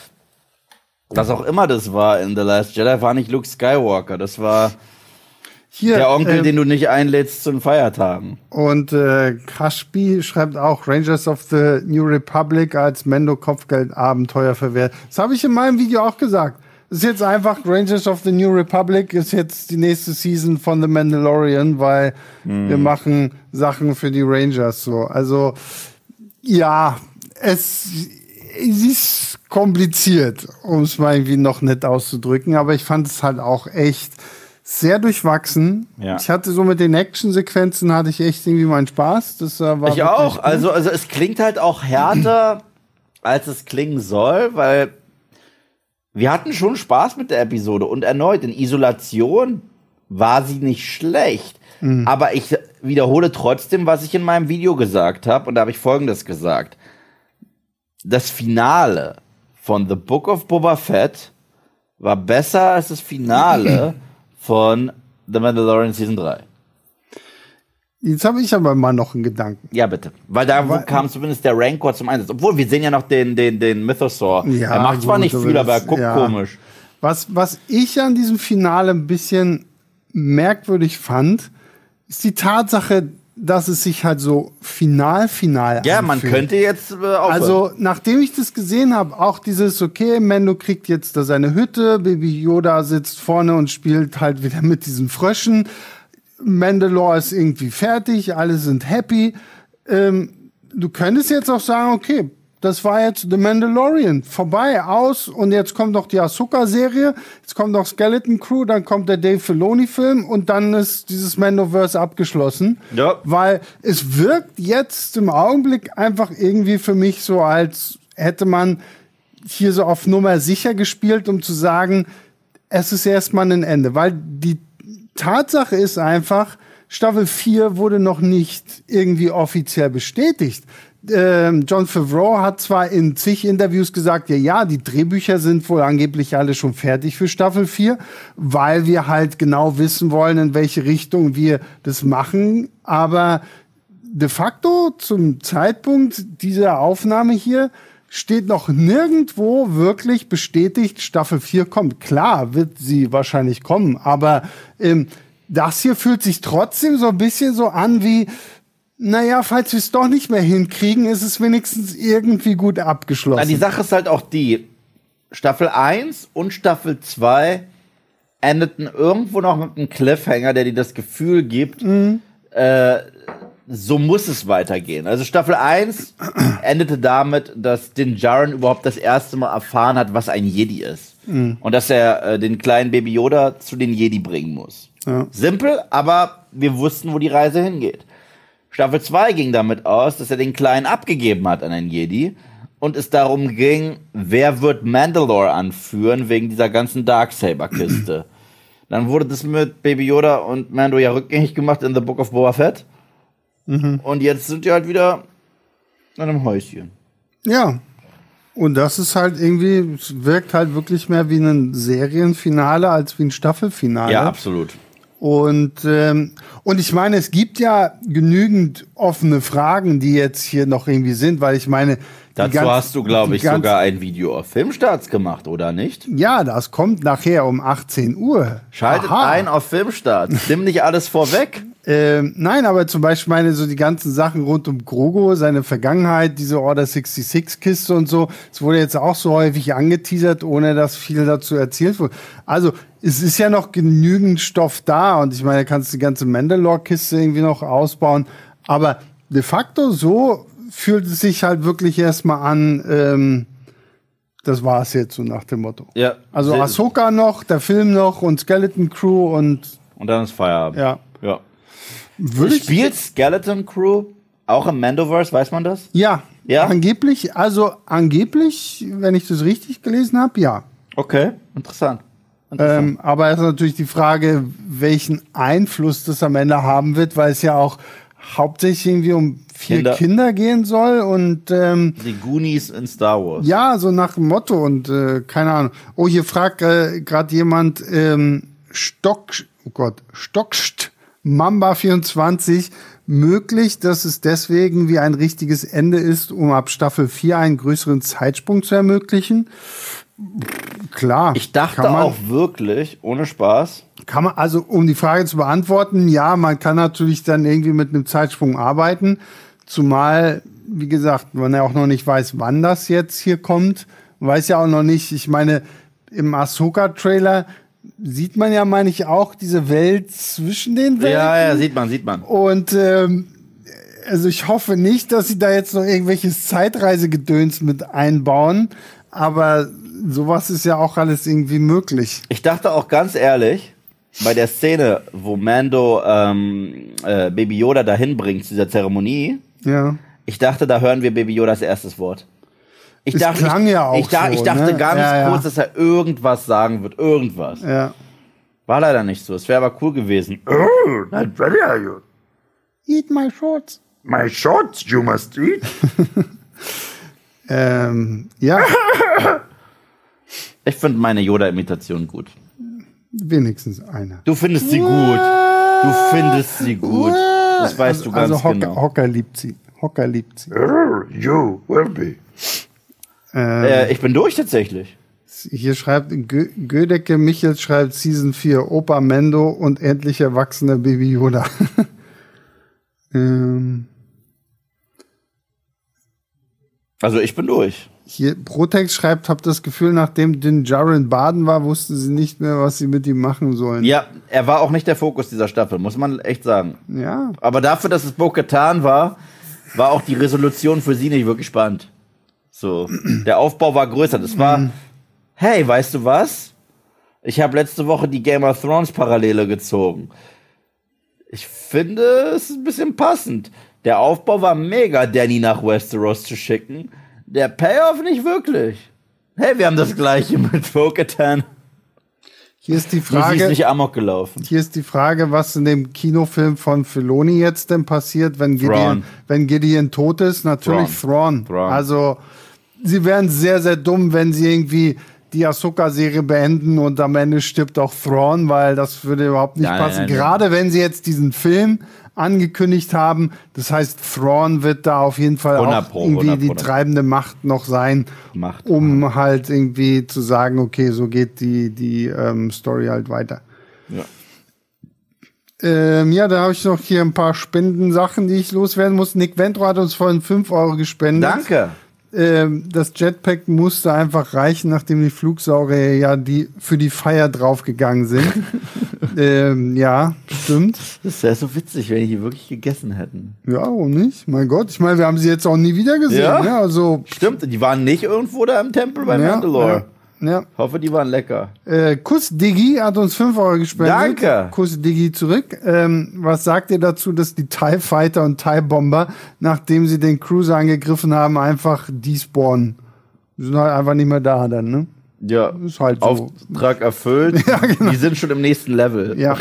B: was auch immer das war in The Last Jedi, war nicht Luke Skywalker. Das war Hier, der Onkel, ähm, den du nicht einlädst zu den Feiertagen.
C: Und äh, Kashbi schreibt auch, Rangers of the New Republic als Mendo-Kopfgeld-Abenteuer verwehrt. Das habe ich in meinem Video auch gesagt. Das ist jetzt einfach, Rangers of the New Republic ist jetzt die nächste Season von The Mandalorian, weil mm. wir machen Sachen für die Rangers so. Also, ja, es, es ist kompliziert, um es mal irgendwie noch nett auszudrücken, aber ich fand es halt auch echt sehr durchwachsen. Ja. Ich hatte so mit den Actionsequenzen hatte ich echt irgendwie meinen Spaß. Das äh, war
B: ich auch. Gut. Also, also es klingt halt auch härter, als es klingen soll, weil wir hatten schon Spaß mit der Episode und erneut, in Isolation war sie nicht schlecht. Mhm. Aber ich wiederhole trotzdem, was ich in meinem Video gesagt habe. Und da habe ich Folgendes gesagt. Das Finale von The Book of Boba Fett war besser als das Finale von The Mandalorian Season drei.
C: Jetzt habe ich aber mal noch einen Gedanken.
B: Ja, bitte. Weil da aber, kam zumindest der Rancor zum Einsatz. Obwohl, wir sehen ja noch den, den, den Mythosaur. Ja, er macht zwar nicht viel, aber er guckt ja. komisch.
C: Was, was ich an diesem Finale ein bisschen merkwürdig fand, ist die Tatsache, dass es sich halt so final, final
B: Ja, anfühlt. Man könnte jetzt äh, aufhören.
C: Also, nachdem ich das gesehen habe, auch dieses, okay, Mando kriegt jetzt da seine Hütte, Baby Yoda sitzt vorne und spielt halt wieder mit diesen Fröschen. Mandalore ist irgendwie fertig, alle sind happy. Ähm, du könntest jetzt auch sagen, okay, das war jetzt The Mandalorian, vorbei, aus, und jetzt kommt noch die Ahsoka-Serie, jetzt kommt noch Skeleton Crew, dann kommt der Dave Filoni-Film und dann ist dieses Mandoverse abgeschlossen.
B: Ja.
C: Weil es wirkt jetzt im Augenblick einfach irgendwie für mich so, als hätte man hier so auf Nummer sicher gespielt, um zu sagen, es ist erstmal ein Ende, weil die Tatsache ist einfach, Staffel vier wurde noch nicht irgendwie offiziell bestätigt. Ähm, Jon Favreau hat zwar in zig Interviews gesagt, ja, ja, die Drehbücher sind wohl angeblich alle schon fertig für Staffel vier, weil wir halt genau wissen wollen, in welche Richtung wir das machen. Aber de facto zum Zeitpunkt dieser Aufnahme hier steht noch nirgendwo wirklich bestätigt, Staffel vier kommt. Klar wird sie wahrscheinlich kommen, aber ähm, das hier fühlt sich trotzdem so ein bisschen so an wie, naja, falls wir es doch nicht mehr hinkriegen, ist es wenigstens irgendwie gut abgeschlossen.
B: Na, die Sache ist halt auch die, Staffel eins und Staffel zwei endeten irgendwo noch mit einem Cliffhanger, der dir das Gefühl gibt, mhm. äh, so muss es weitergehen. Also Staffel eins endete damit, dass Din Djarin überhaupt das erste Mal erfahren hat, was ein Jedi ist. Mhm. Und dass er äh, den kleinen Baby Yoda zu den Jedi bringen muss. Ja. Simpel, aber wir wussten, wo die Reise hingeht. Staffel zwei ging damit aus, dass er den Kleinen abgegeben hat an einen Jedi und es darum ging, wer wird Mandalore anführen wegen dieser ganzen Darksaber-Kiste. Dann wurde das mit Baby Yoda und Mando ja rückgängig gemacht in The Book of Boba Fett. Mhm. Und jetzt sind die halt wieder in einem Häuschen.
C: Ja. Und das ist halt irgendwie, es wirkt halt wirklich mehr wie ein Serienfinale als wie ein Staffelfinale.
B: Ja, absolut.
C: Und, ähm, und ich meine, es gibt ja genügend offene Fragen, die jetzt hier noch irgendwie sind, weil ich meine...
B: Dazu ganz, hast du, glaube ich, sogar ein Video auf Filmstarts gemacht, oder nicht?
C: Ja, das kommt nachher um achtzehn Uhr.
B: Schaltet Aha. ein auf Filmstarts. Nimm nicht alles vorweg.
C: Ähm, nein, aber zum Beispiel meine so die ganzen Sachen rund um Grogu, seine Vergangenheit, diese Order sechsundsechzig Kiste und so, es wurde jetzt auch so häufig angeteasert, ohne dass viel dazu erzählt wurde. Also es ist ja noch genügend Stoff da und ich meine, da kannst du die ganze Mandalore-Kiste irgendwie noch ausbauen, aber de facto so fühlt es sich halt wirklich erstmal an, ähm, das war es jetzt so nach dem Motto.
B: Ja.
C: Also Ahsoka noch, der Film noch und Skeleton Crew und
B: und dann ist Feierabend.
C: Ja.
B: Ja. Spielt Skeleton Crew auch im Mandoverse, weiß man das?
C: Ja,
B: ja?
C: Angeblich, also angeblich, wenn ich das richtig gelesen habe, ja.
B: Okay, interessant. interessant.
C: Ähm, aber es ist natürlich die Frage, welchen Einfluss das am Ende haben wird, weil es ja auch hauptsächlich irgendwie um vier Kinder, Kinder gehen soll und ähm,
B: die Goonies in Star Wars.
C: Ja, so nach dem Motto und äh, keine Ahnung. Oh, hier fragt äh, gerade jemand, ähm, Stock, oh Gott, Stockst Mamba vierundzwanzig möglich, dass es deswegen wie ein richtiges Ende ist, um ab Staffel vier einen größeren Zeitsprung zu ermöglichen? Klar.
B: Ich dachte
C: man,
B: auch wirklich, ohne Spaß.
C: Kann man, also um die Frage zu beantworten, ja, man kann natürlich dann irgendwie mit einem Zeitsprung arbeiten, zumal, wie gesagt, man ja auch noch nicht weiß, wann das jetzt hier kommt. Man weiß ja auch noch nicht, ich meine, im Ahsoka-Trailer sieht man ja, meine ich, auch diese Welt zwischen den Welten.
B: Ja, ja, sieht man, sieht man.
C: Und ähm, also ich hoffe nicht, dass sie da jetzt noch irgendwelches Zeitreisegedöns mit einbauen, aber sowas ist ja auch alles irgendwie möglich.
B: Ich dachte auch ganz ehrlich, bei der Szene, wo Mando ähm, äh, Baby Yoda dahin bringt zu dieser Zeremonie,
C: ja.
B: ich dachte, da hören wir Baby Yodas erstes Wort. Ich
C: es
B: dachte,
C: klang
B: ich,
C: ja auch
B: ich, da,
C: so,
B: ich dachte
C: ne?
B: ganz
C: ja,
B: kurz,
C: ja.
B: dass er irgendwas sagen wird. Irgendwas.
C: Ja.
B: War leider nicht so. Es wäre aber cool gewesen. Oh, not ready are you?
C: Eat my shorts.
B: My shorts you must eat.
C: ähm, ja.
B: Ich finde meine Yoda-Imitation gut.
C: Wenigstens eine.
B: Du findest sie gut. Du findest sie gut. Das weißt
C: also,
B: du ganz
C: also Hocker,
B: genau.
C: Hocker liebt sie. Hocker liebt sie.
B: You will be.
C: Ähm,
B: Äh, ich bin durch tatsächlich.
C: Hier schreibt Gö Gödecke Michel schreibt Season vier, Opa Mendo und endlich erwachsener Baby Yoda. ähm,
B: Also ich bin durch.
C: Hier Protex schreibt, hab das Gefühl, nachdem Din Djarin baden war, wussten sie nicht mehr, was sie mit ihm machen sollen.
B: Ja, er war auch nicht der Fokus dieser Staffel, muss man echt sagen.
C: Ja.
B: Aber dafür, dass es Bo-Katan war, war auch die Resolution für sie nicht wirklich spannend. So, der Aufbau war größer. Das war, mhm. hey, weißt du was? Ich habe letzte Woche die Game of Thrones Parallele gezogen. Ich finde, es ist ein bisschen passend. Der Aufbau war mega, Danny nach Westeros zu schicken. Der Payoff nicht wirklich. Hey, wir haben das Gleiche mit Bo-Katan.
C: Hier ist die
B: Sie
C: Frage,
B: ist nicht amok gelaufen.
C: Hier ist die Frage, was in dem Kinofilm von Filoni jetzt denn passiert, wenn Gideon, wenn Gideon tot ist. Natürlich Thrawn.
B: Thrawn.
C: Also, sie wären sehr, sehr dumm, wenn sie irgendwie die Ahsoka-Serie beenden und am Ende stirbt auch Thrawn, weil das würde überhaupt nicht
B: Nein,
C: passen.
B: nein, nein.
C: Gerade wenn sie jetzt diesen Film angekündigt haben. Das heißt, Thrawn wird da auf jeden Fall
B: hundert
C: auch
B: Pro,
C: irgendwie
B: hundert Pro.
C: die treibende Macht noch sein,
B: Macht.
C: um halt irgendwie zu sagen, okay, so geht die, die ähm, Story halt weiter.
B: Ja.
C: Ähm, ja, da habe ich noch hier ein paar Spendensachen, die ich loswerden muss. Nick Ventro hat uns vorhin fünf Euro gespendet.
B: Danke.
C: Ähm, das Jetpack musste einfach reichen, nachdem die Flugsaurier ja die für die Feier draufgegangen sind. ähm, ja, stimmt.
B: Das wäre so witzig, wenn die die wirklich gegessen hätten.
C: Ja, warum nicht? Mein Gott, ich meine, wir haben sie jetzt auch nie wieder gesehen.
B: Ja.
C: Ne? Also,
B: Stimmt, die waren nicht irgendwo da im Tempel bei
C: ja,
B: Mandalore.
C: ja. Ja.
B: Hoffe, die waren lecker.
C: Äh, Kuss Diggi hat uns fünf Euro gespendet.
B: Danke.
C: Kuss Diggi zurück. Ähm, was sagt ihr dazu, dass die TIE Fighter und TIE Bomber, nachdem sie den Cruiser angegriffen haben, einfach despawnen? Die sind halt einfach nicht mehr da dann, ne?
B: Ja,
C: ist halt so.
B: Auftrag erfüllt.
C: Ja, genau.
B: Die sind schon im nächsten Level.
C: Ja.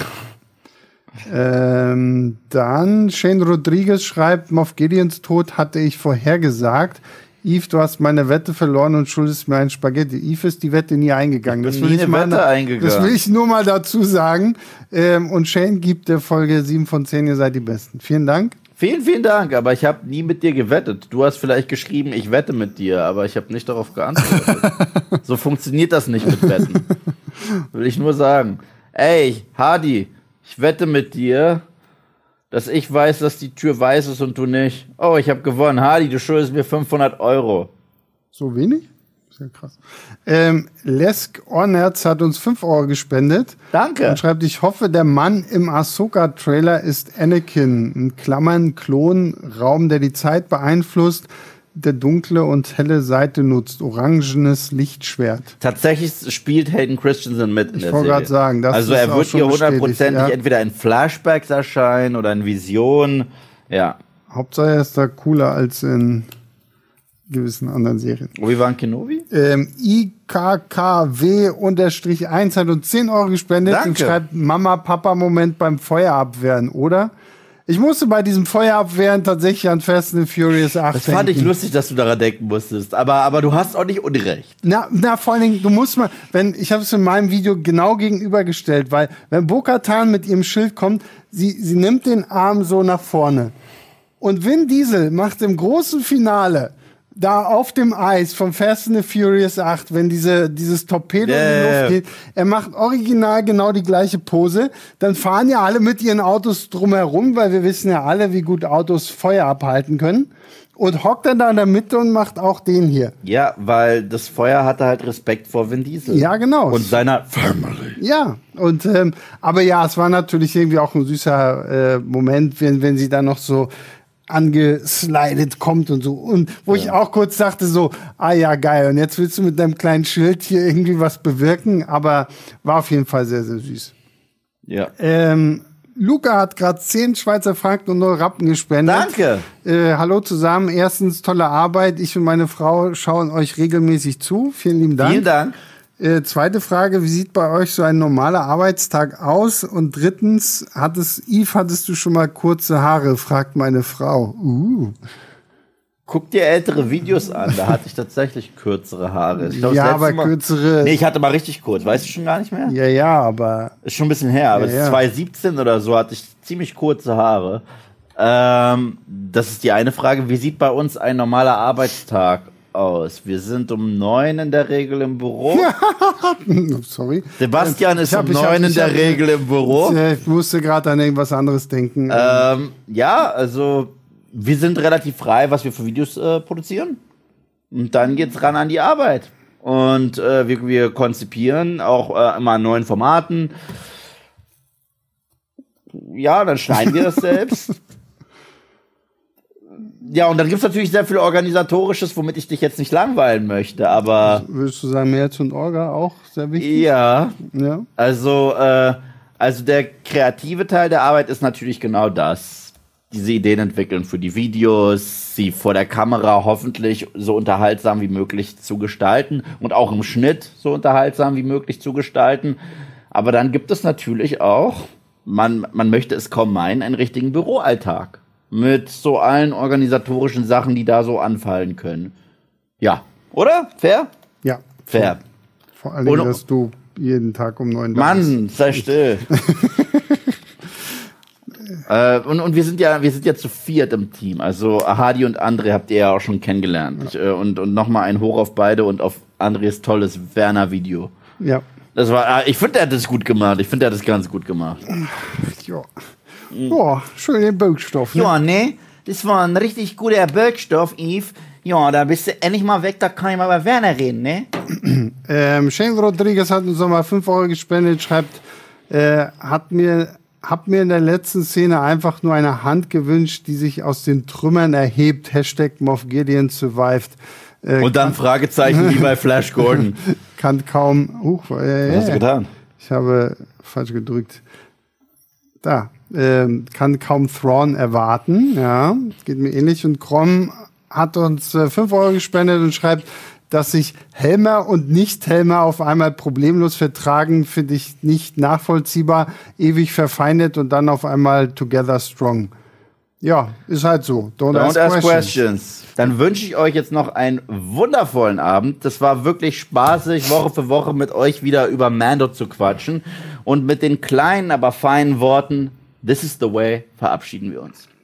C: ähm, dann Shane Rodriguez schreibt, Moff Gideons Tod hatte ich vorhergesagt. Yves, du hast meine Wette verloren und schuldest mir ein Spaghetti. Yves ist die Wette nie eingegangen.
B: Ich bin
C: das
B: nie
C: will
B: eine
C: mal,
B: Wette eingegangen.
C: Das will ich nur mal dazu sagen. Ähm, und Shane gibt der Folge sieben von zehn, ihr seid die Besten. Vielen Dank.
B: Vielen, vielen Dank, aber ich habe nie mit dir gewettet. Du hast vielleicht geschrieben, ich wette mit dir, aber ich habe nicht darauf geantwortet. So funktioniert das nicht mit Wetten. Will ich nur sagen. Ey, Hardy, ich wette mit dir, dass ich weiß, dass die Tür weiß ist und du nicht. Oh, ich habe gewonnen. Hardy, du schuldest mir fünfhundert Euro.
C: So wenig? Sehr krass. Ähm, Lesk Ornerz hat uns fünf Euro gespendet.
B: Danke.
C: Und schreibt, ich hoffe, der Mann im Ahsoka-Trailer ist Anakin. In Klammern, Klon, Raum, der die Zeit beeinflusst, der dunkle und helle Seite nutzt. Orangenes Lichtschwert.
B: Tatsächlich spielt Hayden Christensen mit in
C: Ich
B: der
C: wollte
B: Serie.
C: gerade sagen, das
B: also
C: ist
B: er
C: auch
B: wird
C: schon
B: hier
C: bestätigt,
B: hundertprozentig
C: ja.
B: entweder in Flashbacks erscheinen oder in Visionen. Ja.
C: Hauptsache er ist da cooler als in gewissen anderen Serien.
B: Obi-Wan Kenobi?
C: Ähm, I K K W eins hat uns zehn Euro gespendet
B: Danke.
C: und schreibt Mama-Papa-Moment beim Feuer abwehren, oder? Ich musste bei diesem Feuerabwehren tatsächlich an Fast and Furious acht
B: Das fand
C: denken.
B: ich lustig, dass du daran denken musstest. Aber, aber du hast auch nicht Unrecht.
C: Na, na, vor allen Dingen, du musst mal, wenn, ich habe es in meinem Video genau gegenübergestellt, weil, wenn Bo-Katan mit ihrem Schild kommt, sie, sie nimmt den Arm so nach vorne. Und Vin Diesel macht im großen Finale, da auf dem Eis von Fast and Furious acht, wenn diese, dieses Torpedo
B: Yeah.
C: in die Luft geht, er macht original genau die gleiche Pose. Dann fahren ja alle mit ihren Autos drumherum, weil wir wissen ja alle, wie gut Autos Feuer abhalten können. Und hockt dann da in der Mitte und macht auch den hier.
B: Ja, weil das Feuer hatte halt Respekt vor Vin Diesel.
C: Ja, genau.
B: Und seiner Family.
C: Ja, und ähm, aber ja, es war natürlich irgendwie auch ein süßer äh, Moment, wenn, wenn sie dann noch so angeslidet kommt und so. Und wo ja. ich auch kurz dachte so, ah ja, geil. Und jetzt willst du mit deinem kleinen Schild hier irgendwie was bewirken. Aber war auf jeden Fall sehr, sehr süß.
B: Ja.
C: Ähm, Luca hat gerade zehn Schweizer Franken und null Rappen gespendet.
B: Danke.
C: Äh, hallo zusammen. Erstens, tolle Arbeit. Ich und meine Frau schauen euch regelmäßig zu. Vielen lieben Dank.
B: Vielen Dank.
C: Äh, zweite Frage, wie sieht bei euch so ein normaler Arbeitstag aus? Und drittens, hattest, Yves, hattest du schon mal kurze Haare? Fragt meine Frau. Uh.
B: Guck dir ältere Videos an, da hatte ich tatsächlich kürzere Haare. Ich glaub,
C: Ja,
B: das
C: aber
B: letzte Mal,
C: kürzere-
B: Nee, ich hatte mal richtig kurz, weißt du schon gar nicht mehr?
C: Ja, ja, aber
B: Ist schon ein bisschen her, aber
C: Ja, ja.
B: zwanzig siebzehn oder so hatte ich ziemlich kurze Haare. Ähm, das ist die eine Frage. Wie sieht bei uns ein normaler Arbeitstag aus? Wir sind um neun in der Regel im Büro.
C: sorry.
B: Sebastian ist
C: Ich hab-
B: um
C: ich hab-
B: neun in
C: ich
B: der
C: hab-
B: Regel im Büro.
C: Ich musste gerade an irgendwas anderes denken.
B: Ähm, ja, also wir sind relativ frei, was wir für Videos äh, produzieren. Und dann geht's ran an die Arbeit. Und äh, wir, wir konzipieren auch äh, immer an neuen Formaten. Ja, dann schneiden wir das selbst. Ja, und dann gibt's natürlich sehr viel Organisatorisches, womit ich dich jetzt nicht langweilen möchte, aber
C: Würdest du sagen, Merz und Orga auch sehr wichtig?
B: ja,
C: Ja.
B: also, äh, also der kreative Teil der Arbeit ist natürlich genau das. Diese Ideen entwickeln für die Videos, sie vor der Kamera hoffentlich so unterhaltsam wie möglich zu gestalten und auch im Schnitt so unterhaltsam wie möglich zu gestalten. Aber dann gibt es natürlich auch, man, man möchte es kaum meinen, einen richtigen Büroalltag. Mit so allen organisatorischen Sachen, die da so anfallen können. Ja, oder? Fair?
C: Ja.
B: Fair.
C: Vor allen Dingen,
B: Und-
C: dass du jeden Tag um neun da bist.
B: Mann, sei still. äh, und, und wir sind ja, wir sind ja zu viert im Team. Also Hadi und André habt ihr ja auch schon kennengelernt. Ich, äh, und und nochmal ein Hoch auf beide und auf Andres tolles Werner-Video.
C: Ja.
B: Das war, äh, ich finde, er hat das gut gemacht. Ich finde, er hat das ganz gut gemacht.
C: Ja. Boah, schön den Bildstoff. Ne?
B: Ja, ne? Das war ein richtig guter Bildstoff, Yves. Ja, da bist du endlich mal weg, da kann ich mal über Werner reden, ne?
C: Ähm, Shane Rodriguez hat uns nochmal fünf Euro gespendet, schreibt, äh, hat mir, hab mir in der letzten Szene einfach nur eine Hand gewünscht, die sich aus den Trümmern erhebt. Hashtag Moff Gideon survived. Äh,
B: Und dann Fragezeichen wie bei Flash Gordon.
C: kann kaum. Huch, äh,
B: Was hast du getan?
C: Ich habe falsch gedrückt. Da. Ähm, kann kaum Thrawn erwarten. Ja, geht mir ähnlich. Und Krom hat uns äh, fünf Euro gespendet und schreibt, dass sich Helmer und Nicht-Helmer auf einmal problemlos vertragen, finde ich nicht nachvollziehbar. Ewig verfeindet und dann auf einmal together strong. Ja, ist halt so. Don't,
B: Don't
C: ask,
B: ask
C: questions.
B: questions. Dann wünsche ich euch jetzt noch einen wundervollen Abend. Das war wirklich spaßig, Woche für Woche mit euch wieder über Mando zu quatschen. Und mit den kleinen, aber feinen Worten, this is the way, verabschieden wir uns.